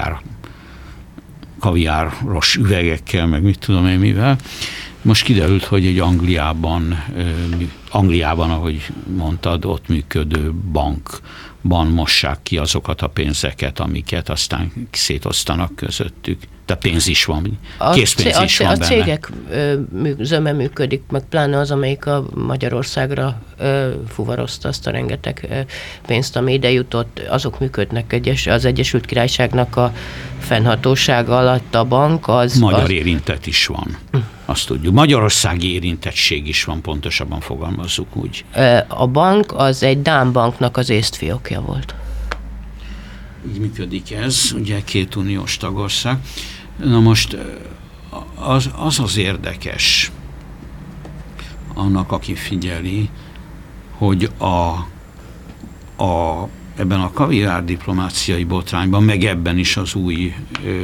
kaviáros üvegekkel, meg mit tudom én mivel. Most kiderült, hogy egy Angliában, ahogy mondtad, ott működő bankban mossák ki azokat a pénzeket, amiket aztán szétosztanak közöttük. De pénz is van, készpénz is van benne. A cégek zöme működik, meg pláne az, amelyik a Magyarországra fuvarozta azt a rengeteg pénzt, ami ide jutott, azok működnek az Egyesült Királyságnak a fennhatósága alatt a bank. Magyar érintett is van, azt tudjuk. Magyarországi érintettség is van, pontosabban fogalmazzuk úgy. A bank az egy dán banknak az észtfiókja volt. Így működik ez, ugye 2 uniós tagország. Na most az érdekes annak, aki figyeli, hogy ebben a kaviár diplomáciai botrányban, meg ebben is az új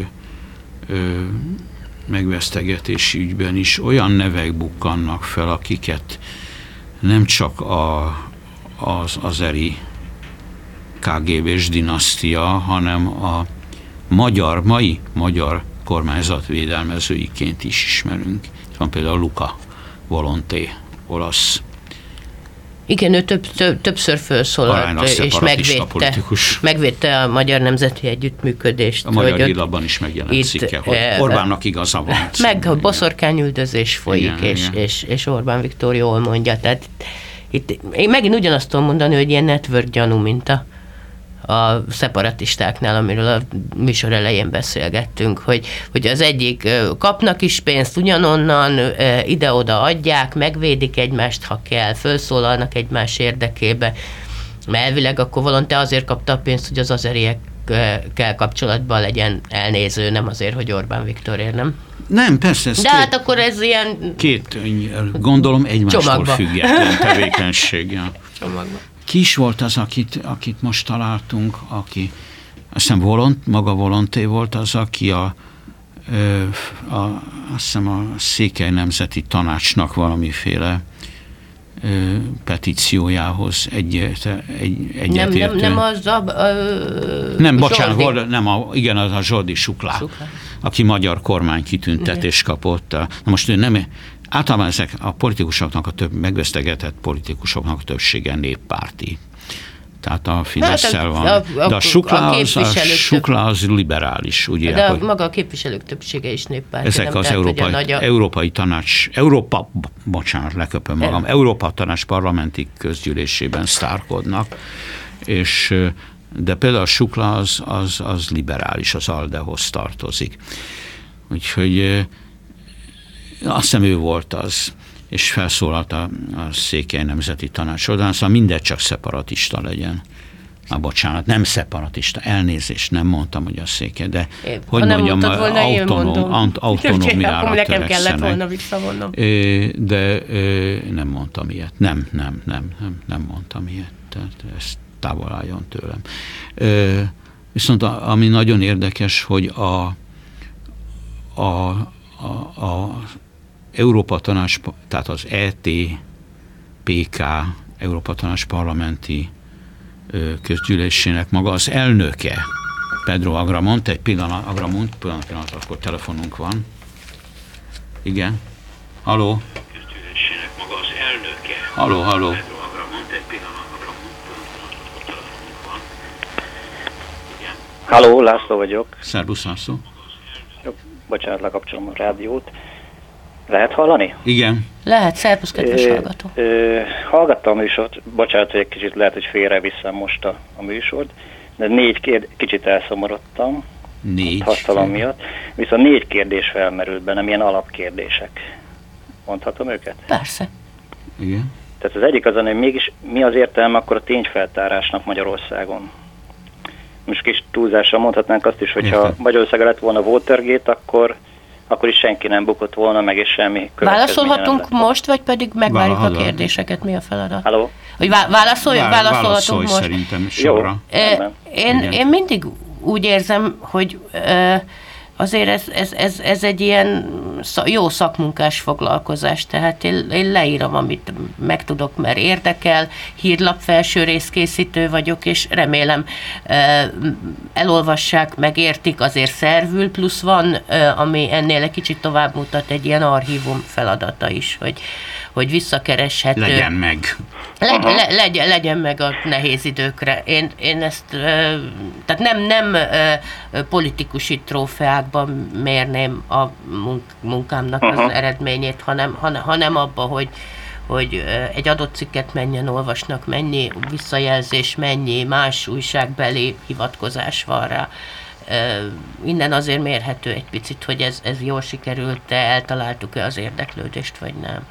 megvesztegetési ügyben is olyan nevek bukkannak fel, akiket nem csak az azeri KGB-s dinasztia, hanem a mai magyar kormányzat védelmezőiként is ismerünk. Van például Luca Volonté, olasz. Igen, ő többször felszólalt, és megvédte a magyar nemzeti együttműködést. A Magyar Hírlapban is megjelent cikke, hogy Orbánnak igaza van. Meg a boszorkányüldözés folyik, és Orbán Viktor jól mondja. Tehát itt én megint ugyanazt tudom mondani, hogy ilyen network gyanú, mint a szeparatistáknál, amiről a műsor elején beszélgettünk, hogy az egyik kapnak is pénzt ugyanonnan, ide-oda adják, megvédik egymást, ha kell, felszólalnak egymás érdekébe, mert elvileg akkor Volonté azért kapta a pénzt, hogy az azeriekkel kapcsolatban legyen elnéző, nem azért, hogy Orbán Viktorért, nem? Nem, persze. De hát akkor ez ilyen... Gondolom egymástól független tevékenység. Ja. Csomagban. Ki is volt az, akit most találtunk, aki, azt hiszem maga Volonté volt az, aki azt hiszem a Székely Nemzeti Tanácsnak valamiféle petíciójához egyetértő. Nem az nem, bocsánat, igen, az a Zsoldi Suklá, aki magyar kormány kitüntetést kapott. Na most ő nem általában ezek a politikusoknak megvesztegetett politikusoknak a többsége néppárti. Tehát a Fidesz-szel van. De a Sukla az liberális, ugye? De maga a képviselők többsége is néppárti. Ezek az Európai Tanács, leköpöm magam, Európa Tanács parlamenti közgyűlésében sztárkodnak, de például a Sukla az liberális, az ALDE-hoz tartozik. Úgyhogy azt hiszem ő volt az, és felszólalt a Székely Nemzeti Tanács oldalán, szóval mindegy csak szeparatista legyen. Bocsánat, nem szeparatista, elnézést, nem mondtam, hogy a Székely, de hogy mondjam, autonómiára nekem kellett volna visszavonnom. De nem mondtam ilyet. Nem mondtam ilyet. Tehát ezt távol álljon tőlem. Viszont ami nagyon érdekes, hogy a Európa Tanács, tehát az ETPK, Európa Tanács parlamenti közgyűlésének maga az elnöke, Pedro Agramont, egy pillanat, akkor telefonunk van. Igen. Halló? Közgyűlésének maga az elnöke. Halló. Pedro Agramont, egy pillanat, telefonunk van. Igen. Halló, László vagyok. Szerbusz, László. Bocsánat, lekapcsolom a rádiót. Lehet hallani? Igen. Lehet, szervusz, kedves hallgató. Hallgattam a műsort, bocsánat, hogy egy kicsit lehet, hogy félreviszem most a műsort, de kicsit elszomorodtam. 4 hastalom miatt. Viszont 4 kérdés felmerült bennem, ilyen alapkérdések. Mondhatom őket? Persze. Igen. Tehát az egyik azon, hogy mégis mi az értelme akkor a tényfeltárásnak Magyarországon? Most kis túlzással mondhatnánk azt is, hogyha Magyarországon lett volna Watergate, akkor is senki nem bukott volna meg, és semmi következménye. Válaszolhatunk most, vagy pedig megvárjuk a kérdéseket? Mi a feladat? Halló? Hogy válaszolhatunk most? Szerintem sorra. Én mindig úgy érzem, hogy azért ez egy ilyen jó szakmunkás foglalkozás, tehát én leírom, amit megtudok, mert érdekel, hírlap felső részkészítő vagyok, és remélem elolvassák, megértik, azért szervül, plusz van, ami ennél egy kicsit tovább mutat, egy ilyen archívum feladata is, hogy visszakereshető. Legyen meg. Legyen meg a nehéz időkre. Én ezt, tehát nem politikusi trófeákban mérném a munkámnak az eredményét, hanem abba, hogy egy adott cikket mennyien olvasnak, mennyi visszajelzés, mennyi más újságbeli hivatkozás van rá. Innen azért mérhető egy picit, hogy ez jól sikerült-e, eltaláltuk-e az érdeklődést, vagy nem.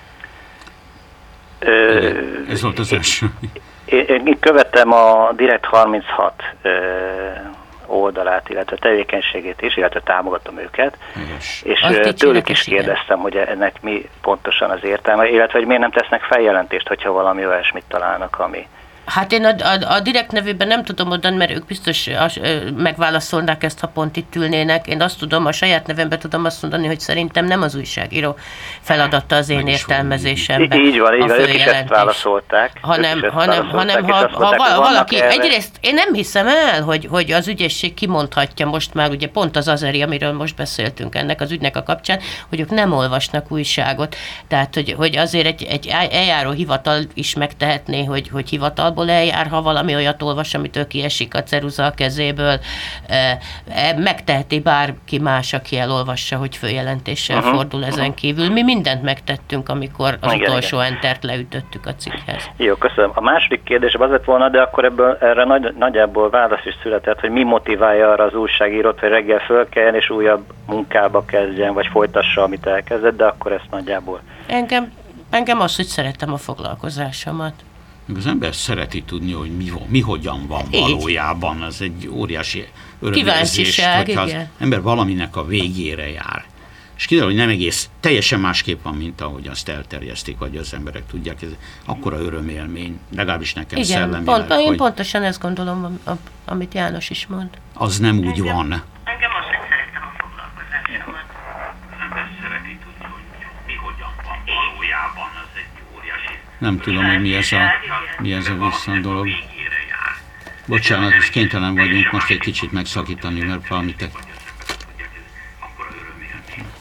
Ez volt az első. Én követtem a Direkt 36 oldalát, illetve tevékenységét is, illetve támogatom őket, és tőlük is kérdeztem, hogy ennek mi pontosan az értelme, illetve hogy miért nem tesznek feljelentést, hogyha valami olyasmit találnak, ami... Hát én a Direkt nevében nem tudom mondani, mert ők biztos megválaszolnák ezt, ha pont itt ülnének. Én azt tudom, a saját nevemben tudom azt mondani, hogy szerintem nem az újságíró feladata az én értelmezésemben. Így van, ők is ezt válaszolták. Hanem ha valaki, egyrészt én nem hiszem el, hogy az ügyészség kimondhatja most már, ugye pont az Azeri, amiről most beszéltünk ennek az ügynek a kapcsán, hogy ők nem olvasnak újságot. Tehát, hogy azért egy eljáró hivatal is megtehetné, hogy hivatalból eljár, ha valami olyat olvas, amitől kiesik a ceruza a kezéből. Megteheti bárki más, aki elolvassa, hogy följelentéssel fordul ezen kívül. Mi mindent megtettünk, amikor az utolsó entert leütöttük a cikkhez. Jó, köszönöm. A második kérdés az lett volna, de akkor erre nagyjából válasz is született, hogy mi motiválja arra az újságírót, hogy reggel fölkeljen és újabb munkába kezdjen, vagy folytassa, amit elkezdett, de akkor ezt nagyjából... Engem az, hogy szeretem a foglalkozásomat. Az ember szereti tudni, hogy mi hogyan van valójában. Ez egy óriási örömérzés, hogyha az ember valaminek a végére jár. És kiderül, hogy nem egész, teljesen másképp van, mint ahogy azt elterjesztik, vagy az emberek tudják. Ez akkora örömélmény, legalábbis nekem szellemileg. Én pontosan ezt gondolom, amit János is mond. Az nem úgy van. Engem azt, hogy szeretem a foglalkozásomat. Az ember szereti tudni, hogy mi hogyan van valójában. Az egy óriási... Nem tudom, hogy mi ez a visszadolog. Bocsánat, és kénytelen vagyunk most egy kicsit megszakítani, mert valamit...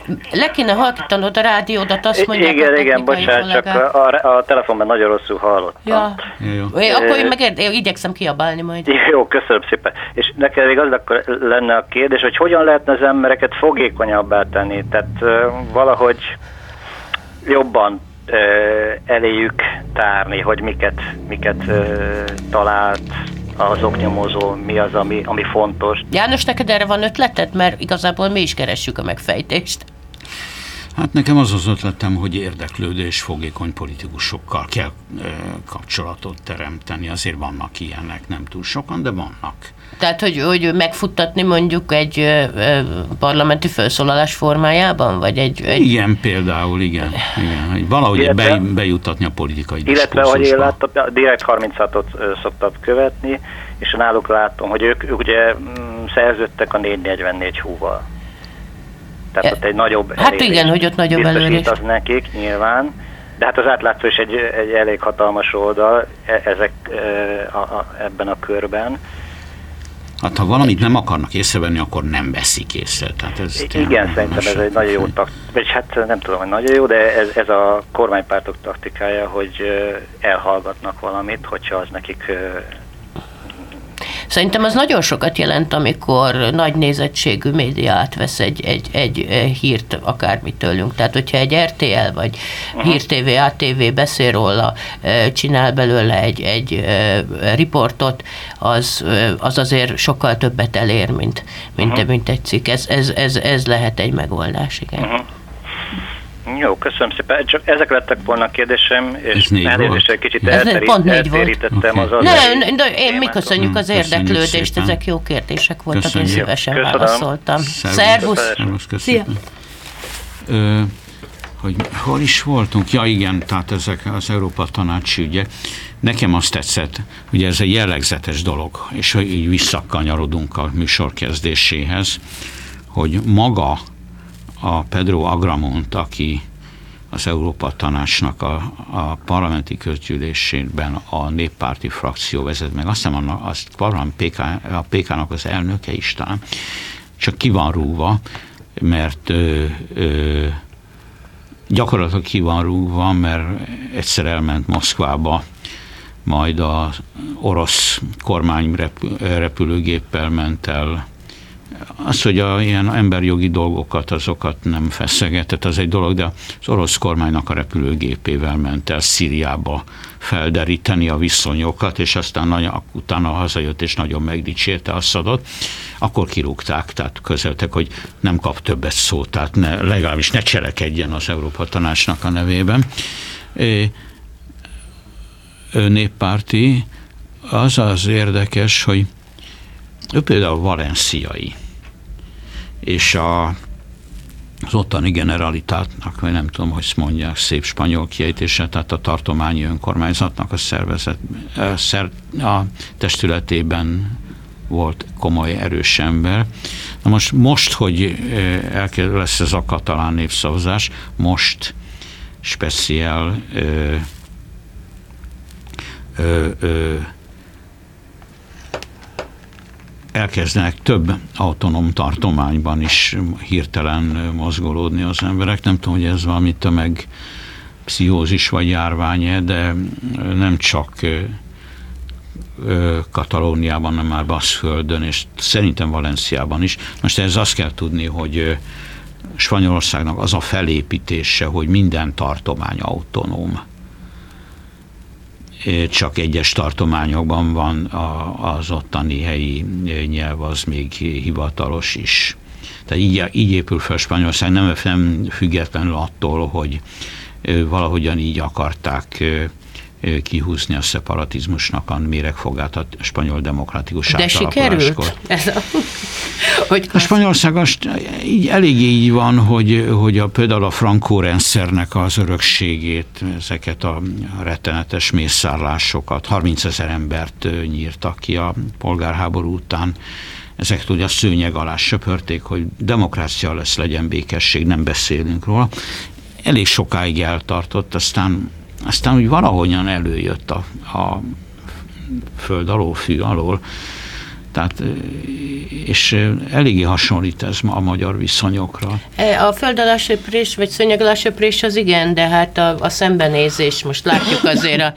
Le kéne halkítanod a rádiódat, azt mondják igen, bocsánat, csak a telefonban nagyon rosszul hallottam. Ja. Jó. Akkor én meg igyekszem kiabálni majd. Jó, köszönöm szépen. És nekem még az lenne a kérdés, hogy hogyan lehetne az embereket fogékonyabbá tenni, tehát valahogy jobban eléjük tárni, hogy miket talált az oknyomozó, mi az, ami fontos. János, neked erre van ötleted? Mert igazából mi is keressük a megfejtést. Hát nekem az ötletem, hogy érdeklődő és fogékony politikusokkal kell kapcsolatot teremteni. Azért vannak ilyenek, nem túl sokan, de vannak. Tehát, hogy megfuttatni mondjuk egy parlamenti felszólalás formájában? Vagy egy... Igen, például, igen. Hogy valahogy bejutatni a politikai diskurzusba. Illetve, hogy én láttam, Direkt 36-ot szoktam követni, és náluk látom, hogy ők ugye szerződtek a 444 húval. Tehát ott egy nagyobb hát igen, hogy ott nagyobb előrés. Az nekik nyilván, de hát az átlátszó is egy elég hatalmas oldal ebben a körben. Hát ha valamit nem akarnak észrevenni, akkor nem veszik észre. Tehát igen, szerintem ez egy nagyon jó vagy hát nem tudom, hogy nagyon jó, de ez a kormánypártok taktikája, hogy elhallgatnak valamit, hogyha az nekik... Szerintem az nagyon sokat jelent, amikor nagy nézettségű média átvesz egy hírt akármit tőlünk. Tehát, hogyha egy RTL vagy Hír TV, ATV beszél róla, csinál belőle egy riportot, az azért sokkal többet elér, mint egy cikk. Ez lehet egy megoldás, igen. Jó, köszönöm szépen. Csak ezek lettek volna a kérdésem, és elnézést, egy kicsit eltérítettem az mi köszönjük az érdeklődést, ezek jó kérdések voltak, köszönjük. Én szívesen válaszoltam. Szervusz! Szia! Hogy hol is voltunk? Ja igen, tehát ezek az Európa Tanácsi ügyek. Nekem azt tetszett, ugye ez egy jellegzetes dolog, és hogy így visszakanyarodunk a műsor kezdéséhez, hogy maga a Pedro Agramont, aki az Európa Tanácsnak a parlamenti közgyűlésében a néppárti frakció vezet meg, aztán a PK-nak az elnöke is talán, csak ki van rúgva, mert gyakorlatilag ki van rúgva, mert egyszer elment Moszkvába, majd az orosz kormány repülőgéppel ment el. Az, hogy ilyen emberjogi dolgokat, azokat nem feszegetett, az egy dolog, de az orosz kormánynak a repülőgépével ment el Szíriába felderíteni a viszonyokat, és aztán utána hazajött, és nagyon megdicsérte Assadot, akkor kirúgták, tehát közöltek, hogy nem kap többet szót, tehát legalábbis ne cselekedjen az Európa Tanácsnak a nevében. Néppárti, az érdekes, hogy ő például valenciai, és az ottani generalitátnak, vagy nem tudom, hogy mondják, szép spanyol kiejtése, tehát a tartományi önkormányzatnak a testületében volt komoly, erős ember. Na most hogy lesz ez a katalán népszavazás, most speciál elkezdenek több autonóm tartományban is hirtelen mozgolódni az emberek. Nem tudom, hogy ez valami tömegpszichózis vagy járvány, de nem csak Katalóniában, hanem már Baszkföldön, és szerintem Valenciában is. Most ez azt kell tudni, hogy Spanyolországnak az a felépítése, hogy minden tartomány autonóm. Csak egyes tartományokban van az ottani helyi nyelv, az még hivatalos is. Tehát így épül fel Spanyolország, nem függetlenül attól, hogy valahogyan így akarták kihúzni a szeparatizmusnak a méregfogát a spanyol demokratikus átalakuláskor. De sikerült? A Spanyolország eléggé így van, hogy például a Franco rendszernek az örökségét, ezeket a rettenetes mészárlásokat, 30 000 embert nyírtak ki a polgárháború után, ezeket ugye a szőnyeg alá söpörték, hogy demokrácia lesz, legyen békesség, nem beszélünk róla. Elég sokáig eltartott, aztán úgy valahogyan előjött a föld alól, fű alól, Tehát, és eléggé hasonlít ez a magyar viszonyokra. A föld alá söprés, vagy szőnyeg alá söprés az igen, de hát a szembenézés, most látjuk azért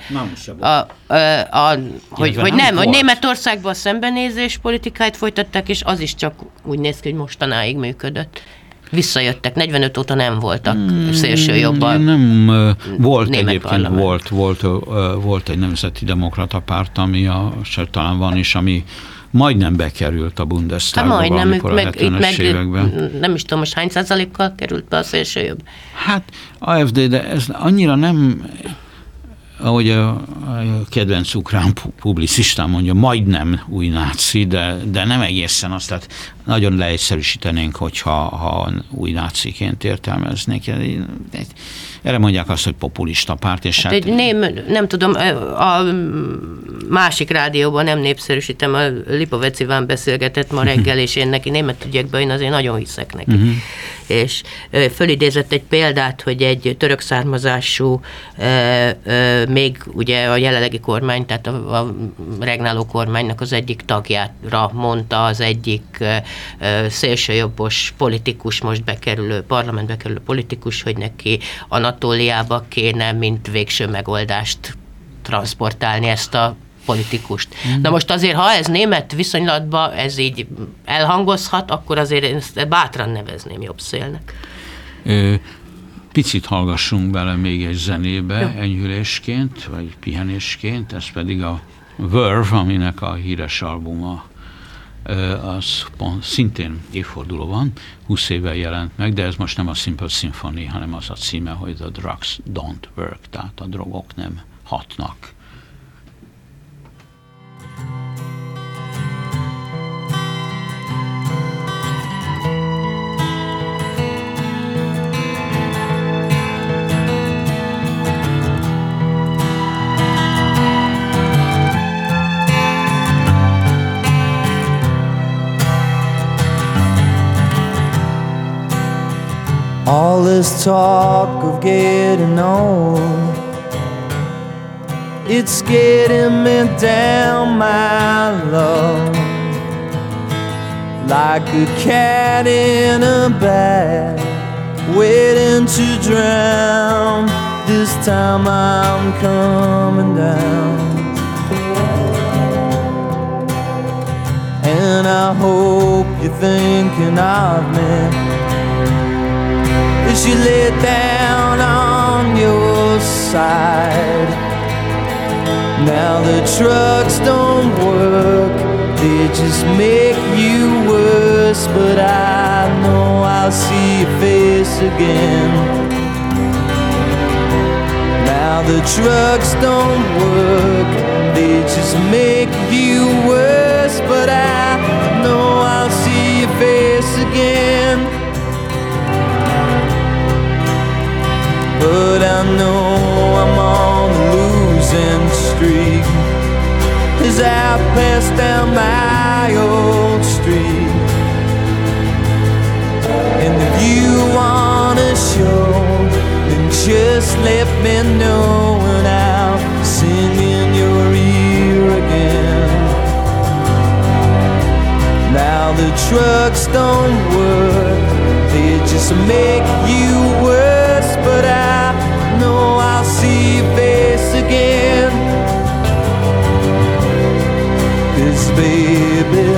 hogy Németországban a szembenézés politikáit folytatták, és az is csak úgy néz ki, hogy mostanáig működött. Visszajöttek, 45 óta nem voltak szélsőjobban. Nem volt egyébként, volt egy nemzeti demokrata párt, ami talán van is, ami majdnem bekerült a Bundestagba valamikor a 70-es években. Nem is tudom, most hány százalékkal került be a szélsőjobb? Hát AfD, de ez annyira nem, ahogy a kedvenc ukrán publicistán mondja, majdnem új náci, de nem egészen azt, tehát nagyon leegyszerűsítenénk, hogyha új náciként értelmeznék. Erre mondják azt, hogy populista párt. És nem tudom, a másik rádióban nem népszerűsítem, a Lipovec Iván beszélgetett ma reggel, és én neki német ügyekben én azért nagyon hiszek neki. És fölidézett egy példát, hogy egy török származású, még ugye a jelenlegi kormány, tehát a regnáló kormánynak az egyik tagjára mondta az egyik szélsőjobbos politikus, most parlamentbe kerülő politikus, hogy neki Anatóliába kéne, mint végső megoldást transzportálni ezt a politikust. Na most azért, ha ez német viszonylatban ez így elhangozhat, akkor azért én ezt bátran nevezném jobb szélnek. Picit hallgassunk bele még egy zenébe, enyhülésként, vagy pihenésként, ez pedig a Verve, aminek a híres albuma, az szintén évforduló van, 20 éve jelent meg, de ez most nem a Simple Symphony, hanem az a címe, hogy The Drugs Don't Work, tehát a drogok nem hatnak. All this talk of getting old, it's getting me down, my love, like a cat in a bag, waiting to drown. This time I'm coming down, and I hope you're thinking of me as you lay down on your side. Now the drugs don't work, they just make you worse, but I know I'll see your face again. Now the drugs don't work, they just make you worse, but I know I'll see your face again. But I know I'm on a losing streak as I pass down my old street. And if you wanna show, then just let me know, and I'll sing in your ear again. Now the drugs don't work, they just make you worse, but I know I'll see your face again. 'Cause baby,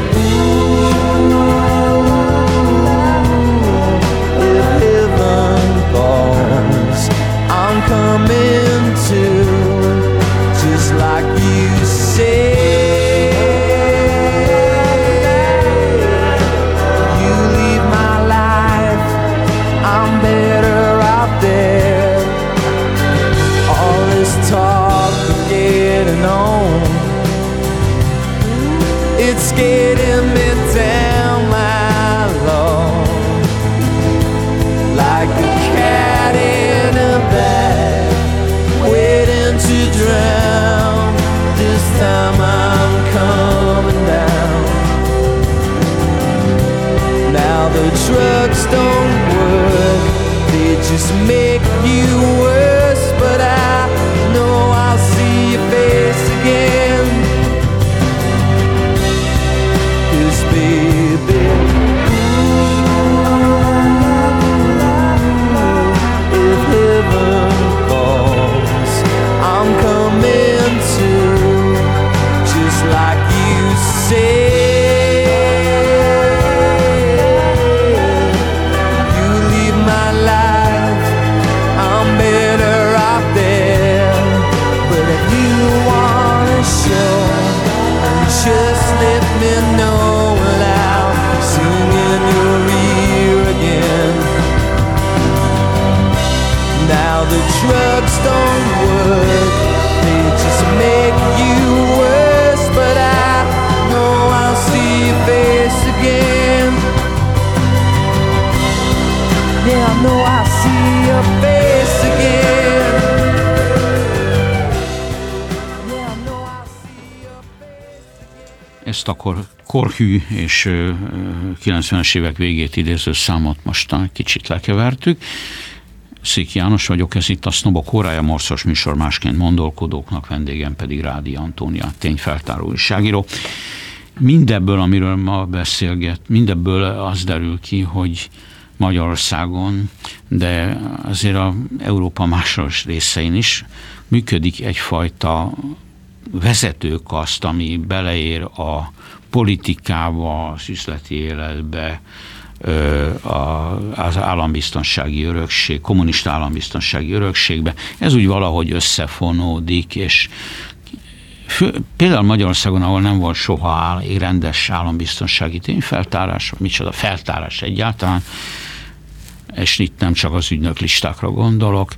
if heaven falls, I'm coming too, just like you say. It's getting me down, my love, like a cat in a bag, waiting to drown. This time I'm coming down. Now the drugs don't work, they just make you worse, but I know I'll see your face again. the drugs don't work, they just make you worse. But I know I'll see your face again. Yeah, I know I'll see your face again. Yeah, I know I'll see your face again. Ezt akkor korhű és 90-es évek végét idéző számot most kicsit lekevertük. Széki János vagyok, ez itt a Sznobok órája, morcos műsor másként mondolkodóknak, vendégem pedig Rádi Antónia, tényfeltáró újságíró. Mindebből, amiről ma beszélget, mindebből az derül ki, hogy Magyarországon, de azért a Európa más részein is működik egyfajta vezetőkaszt, ami beleér a politikába, az üzleti életbe, az állambiztonsági örökség, kommunista állambiztonsági örökségbe. Ez úgy valahogy összefonódik, és például Magyarországon, ahol nem volt soha rendes állambiztonsági tényfeltárás, vagy micsoda feltárás egyáltalán, és itt nem csak az ügynöklistákra gondolok,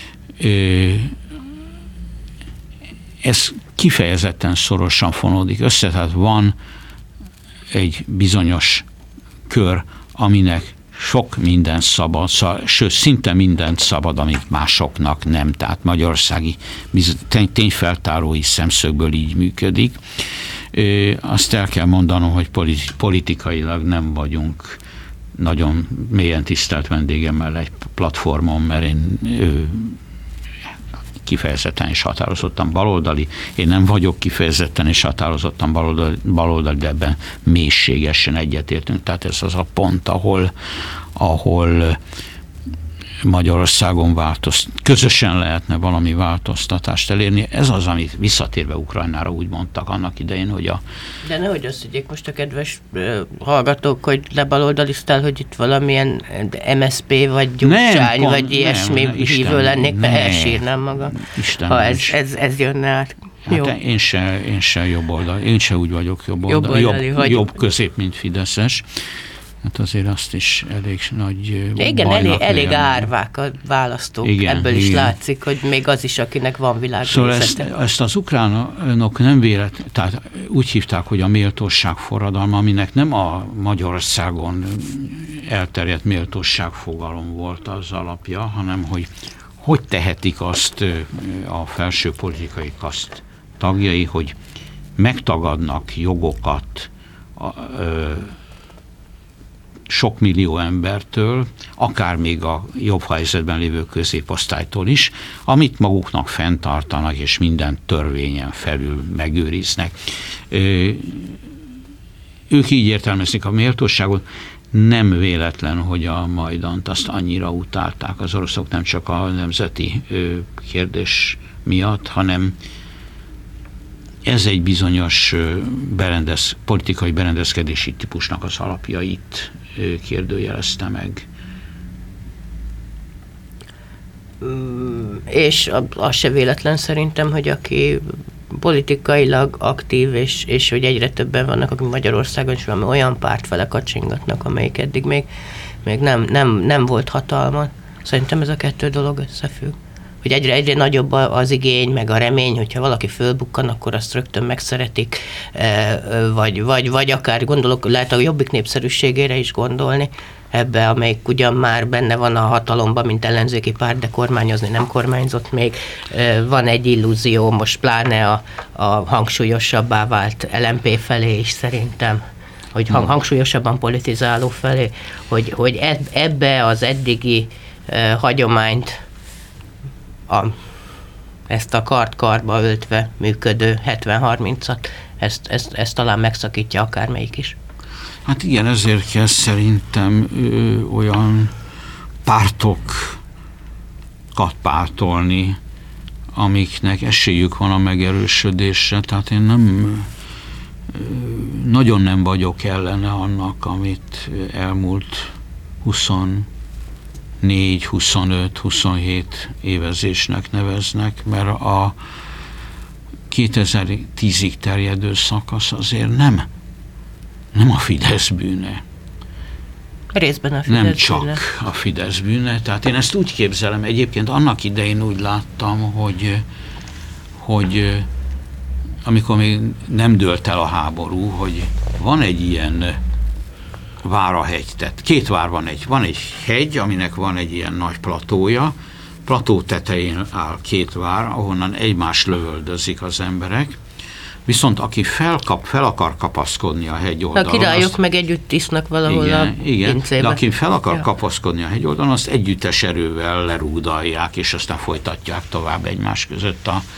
ez kifejezetten szorosan fonódik össze, tehát van egy bizonyos kör, aminek sok minden szabad, sőt, szinte mindent szabad, amit másoknak nem. Tehát magyarországi tényfeltárói szemszögből így működik. Azt el kell mondanom, hogy politikailag nem vagyunk nagyon mélyen tisztelt vendégemmel egy platformon, mert én kifejezetten és határozottan baloldali. Én nem vagyok kifejezetten és határozottan baloldali, de ebben mélységesen egyetértünk. Tehát ez az a pont, ahol Magyarországon közösen lehetne valami változtatást elérni. Ez az, amit visszatérve Ukrajnára úgy mondtak annak idején, hogy De nehogy azt higgyék most a kedves hallgatók, hogy lebaloldaliztál, hogy itt valamilyen MSZP vagy Gyurcsány, vagy ilyesmi hívő lennék, mert elsírnám magam, ha ez jönne át. Hát én se jobb oldal, én se úgy vagyok jobb közép, mint fideszes. Hát azért azt is elég nagy igen, elég árvák a választók. Igen, ebből is látszik, hogy még az is, akinek van világnézete. Szóval ezt az ukránok nem tehát úgy hívták, hogy a méltóság forradalma, aminek nem a Magyarországon elterjedt méltóság fogalom volt az alapja, hanem hogy tehetik azt a felső politikai kaszt tagjai, hogy megtagadnak jogokat sok millió embertől, akár még a jobb helyzetben lévő középosztálytól is, amit maguknak fenntartanak, és minden törvényen felül megőriznek. Ők így értelmezik a méltóságot. Nem véletlen, hogy a Majdant azt annyira utálták az oroszok, nem csak a nemzeti kérdés miatt, hanem ez egy bizonyos politikai berendezkedési típusnak az alapjait kérdőjelezte meg. És az se véletlen szerintem, hogy aki politikailag aktív, és hogy egyre többen vannak, akik Magyarországon is valami olyan párt fele kacsingatnak, amelyik eddig még nem volt hatalma. Szerintem ez a kettő dolog összefügg. Hogy egyre nagyobb az igény, meg a remény, hogyha valaki fölbukkan, akkor azt rögtön megszeretik, vagy akár gondolok, lehet a Jobbik népszerűségére is gondolni, ebbe, amelyik ugyan már benne van a hatalomban, mint ellenzéki párt, de kormányozni nem kormányzott még. Van egy illúzió, most pláne a hangsúlyosabbá vált LMP felé is szerintem, hogy hangsúlyosabban politizáló felé, hogy ebbe az eddigi hagyományt, ezt a kart-karba öltve működő 70-30-at, ezt talán megszakítja akármelyik is. Hát igen, ezért kell szerintem olyan pártokat pártolni, amiknek esélyük van a megerősödésre. Tehát én nagyon nem vagyok ellene annak, amit elmúlt 24-25-27 évezésnek neveznek, mert a 2010-ig terjedő szakasz azért nem a Fidesz bűne. Részben a Fidesz nem csak bűne. a Fidesz bűne. Tehát én ezt úgy képzelem, egyébként annak idején úgy láttam, hogy amikor még nem dőlt el a háború, hogy van egy ilyen Várahegy, tehát két vár van egy hegy, aminek van egy ilyen nagy platója, plató tetején áll két vár, ahonnan egymást lövöldözik az emberek, viszont aki fel akar kapaszkodni a hegyoldalon... A királyok meg együtt isznak valahol a pincébe. De aki fel akar kapaszkodni a hegyoldalon, azt együttes erővel lerúdalják, és aztán folytatják tovább egymás között a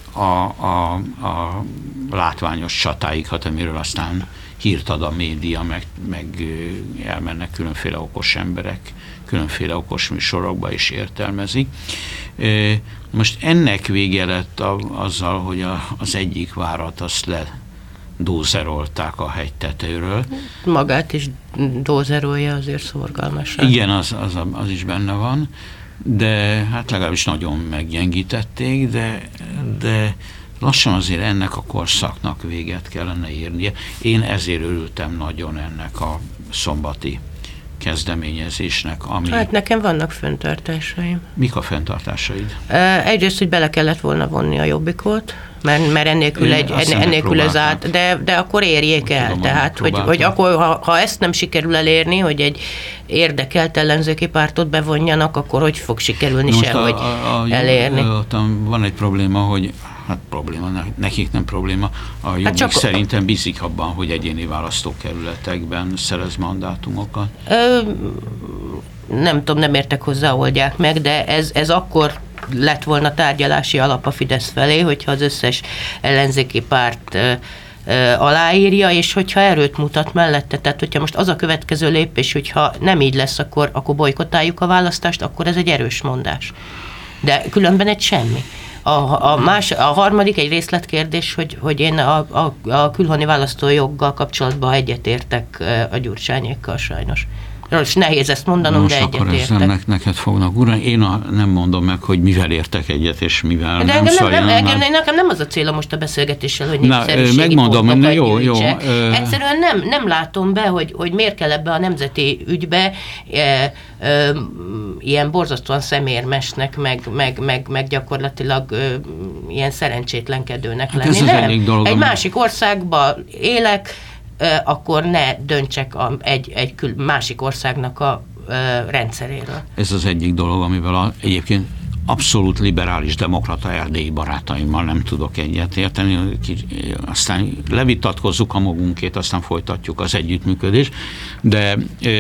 látványos csatáikat, amiről aztán hírt ad a média, meg elmennek különféle okos emberek, különféle okos műsorokba is értelmezik. Most ennek vége lett azzal, hogy az egyik várat azt ledózerolták a hegy tetejéről. Magát is dózerolja azért szorgalmasan. Igen, az is benne van, de hát legalábbis nagyon meggyengítették, de lassan azért ennek a korszaknak véget kellene érnie. Én ezért örültem nagyon ennek a szombati kezdeményezésnek, ami... Hát nekem vannak fenntartásaim. Mik a fenntartásaid? Egyrészt, hogy bele kellett volna vonni a Jobbikot, mert ennélkül ez át, de akkor érjék el. Tehát, hogy akkor, ha ezt nem sikerül elérni, hogy egy érdekelt ellenzéki pártot bevonjanak, akkor hogy fog sikerülni sehogy elérni? Van egy probléma, hogy nekik nem probléma. A Jobbik szerintem bízik abban, hogy egyéni választókerületekben szerez mandátumokat. Nem tudom, nem értek hozzá, oldják meg, de ez akkor lett volna tárgyalási alap a Fidesz felé, hogyha az összes ellenzéki párt aláírja, és hogyha erőt mutat mellette, tehát hogyha most az a következő lépés, hogyha nem így lesz, akkor bojkottáljuk a választást, akkor ez egy erős mondás. De különben egy semmi. A harmadik egy részletkérdés, hogy én a külhoni választójoggal kapcsolatban egyetértek a Gyurcsányékkal sajnos. És nehéz ezt mondanom, most de egyetértek. Akkor ezzel neked fognak ugrani. Én nem mondom meg, hogy mivel értek egyet, és mivel nem. Nekem nem az a célom most a beszélgetéssel, hogy népszerűségi pontokat jó. Egyszerűen nem látom be, hogy miért kell ebbe a nemzeti ügybe ilyen borzasztóan szemérmesnek, meg gyakorlatilag ilyen szerencsétlenkedőnek lenni. Nem. Egy másik országba élek, akkor ne döntsek egy másik országnak a rendszeréről. Ez az egyik dolog, amivel egyébként abszolút liberális demokrata erdélyi barátaimmal nem tudok egyetérteni, aztán levitatkozzuk a magunkét, aztán folytatjuk az együttműködést, de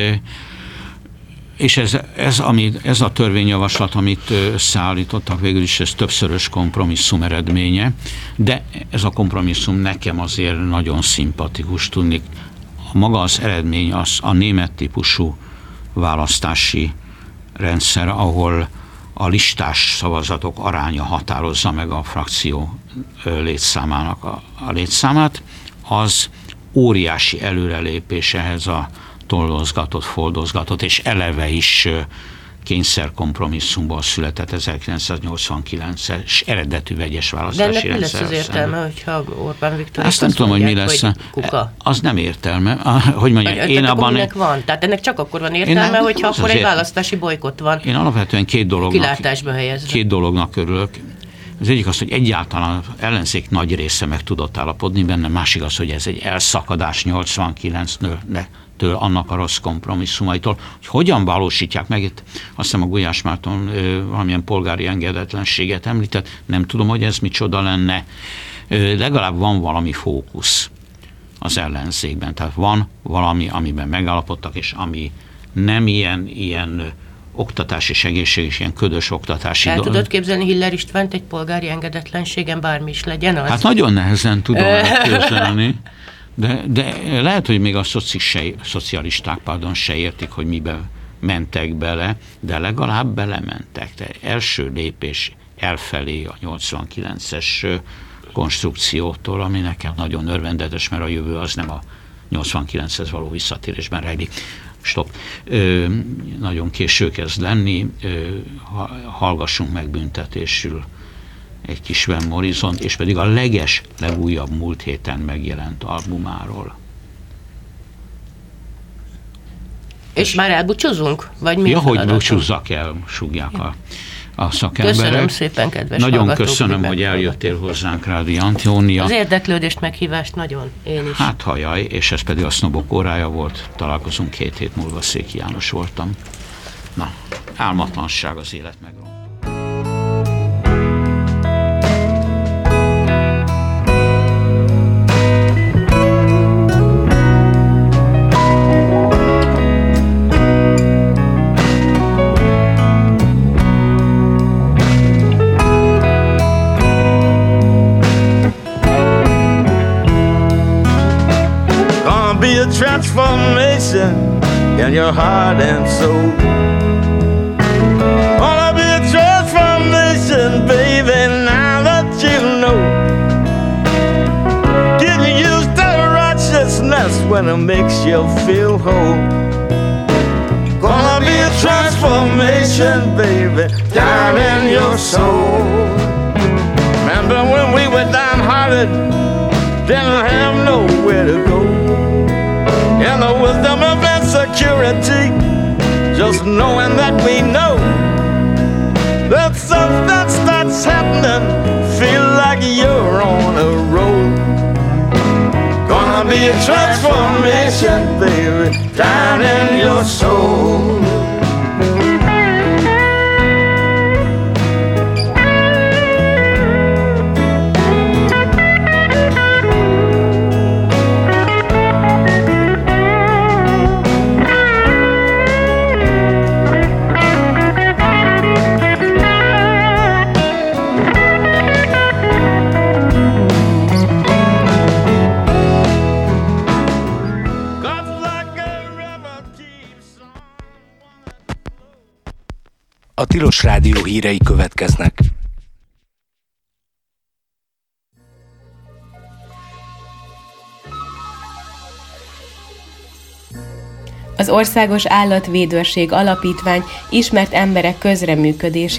és ez a törvényjavaslat, amit összeállítottak, végül is ez többszörös kompromisszum eredménye, de ez a kompromisszum nekem azért nagyon szimpatikus, tudni. Maga az eredmény az a német típusú választási rendszer, ahol a listás szavazatok aránya határozza meg a frakció létszámának a létszámát, az óriási előrelépés ehhez a tollozgatott, foldozgatott, és eleve is kényszerkompromisszumból született 1989-es eredetű vegyes választási rendszer. De ennek mi lesz az értelme, hogyha Orbán Viktor azt nem tudom, hogy mi lesz. Az nem értelme. Hogy mondjam, én abban... van. Tehát ennek csak akkor van értelme, hogyha akkor egy választási bolykott van. Én alapvetően két dolognak örülök. Az egyik az, hogy egyáltalán az ellenzék nagy része meg tudott állapodni benne, másik az, hogy ez egy elszakadás 89-től, annak a rossz kompromisszumaitól, hogy hogyan valósítják meg, itt azt hiszem a Gulyás Márton valamilyen polgári engedetlenséget említett, nem tudom, hogy ez micsoda lenne, legalább van valami fókusz az ellenzékben, tehát van valami, amiben megállapodtak, és ami nem ilyen oktatási segítség és ilyen ködös oktatási dolog. Tudod képzelni Hiller Istvánt egy polgári engedetlenségen, bármi is legyen az? Hát nagyon nehezen tudom elképzelni, de lehet, hogy még a szocialisták se értik, hogy mibe mentek bele, de legalább belementek. De első lépés elfelé a 89-es konstrukciótól, ami nekem nagyon örvendetes, mert a jövő az nem a 89-hez való visszatérésben rejlik. Nagyon késő kezd lenni, hallgassunk meg büntetésül egy kis Van Morrison, és pedig a legújabb múlt héten megjelent albumáról. És már elbúcsúzunk? Vagy mi? Ja, hogy búcsúzzak el, súgják a szakemberek. Köszönöm szépen, kedves nagyon hallgatók, köszönöm, hogy eljöttél hozzánk, Rádi Antónia. Az érdeklődést, meghívást nagyon, én is. Hát hajaj, és ez pedig a Sznobok órája volt. Találkozunk 2 hét múlva, Széki János voltam. Na, álmatlanság az élet megront. Transformation in your heart and soul. Wanna be a transformation, baby, now that you know. Getting used to righteousness when it makes you feel whole. Gonna be a transformation, baby, down in your soul. Remember when we were downhearted, didn't have nowhere to go. In the wisdom of insecurity, just knowing that we know that something starts happening, feel like you're on a roll. Gonna be a transformation, baby, down in your soul. A Tilos Rádió hírei következnek. Az Országos Állatvédőrség Alapítvány ismert emberek közreműködését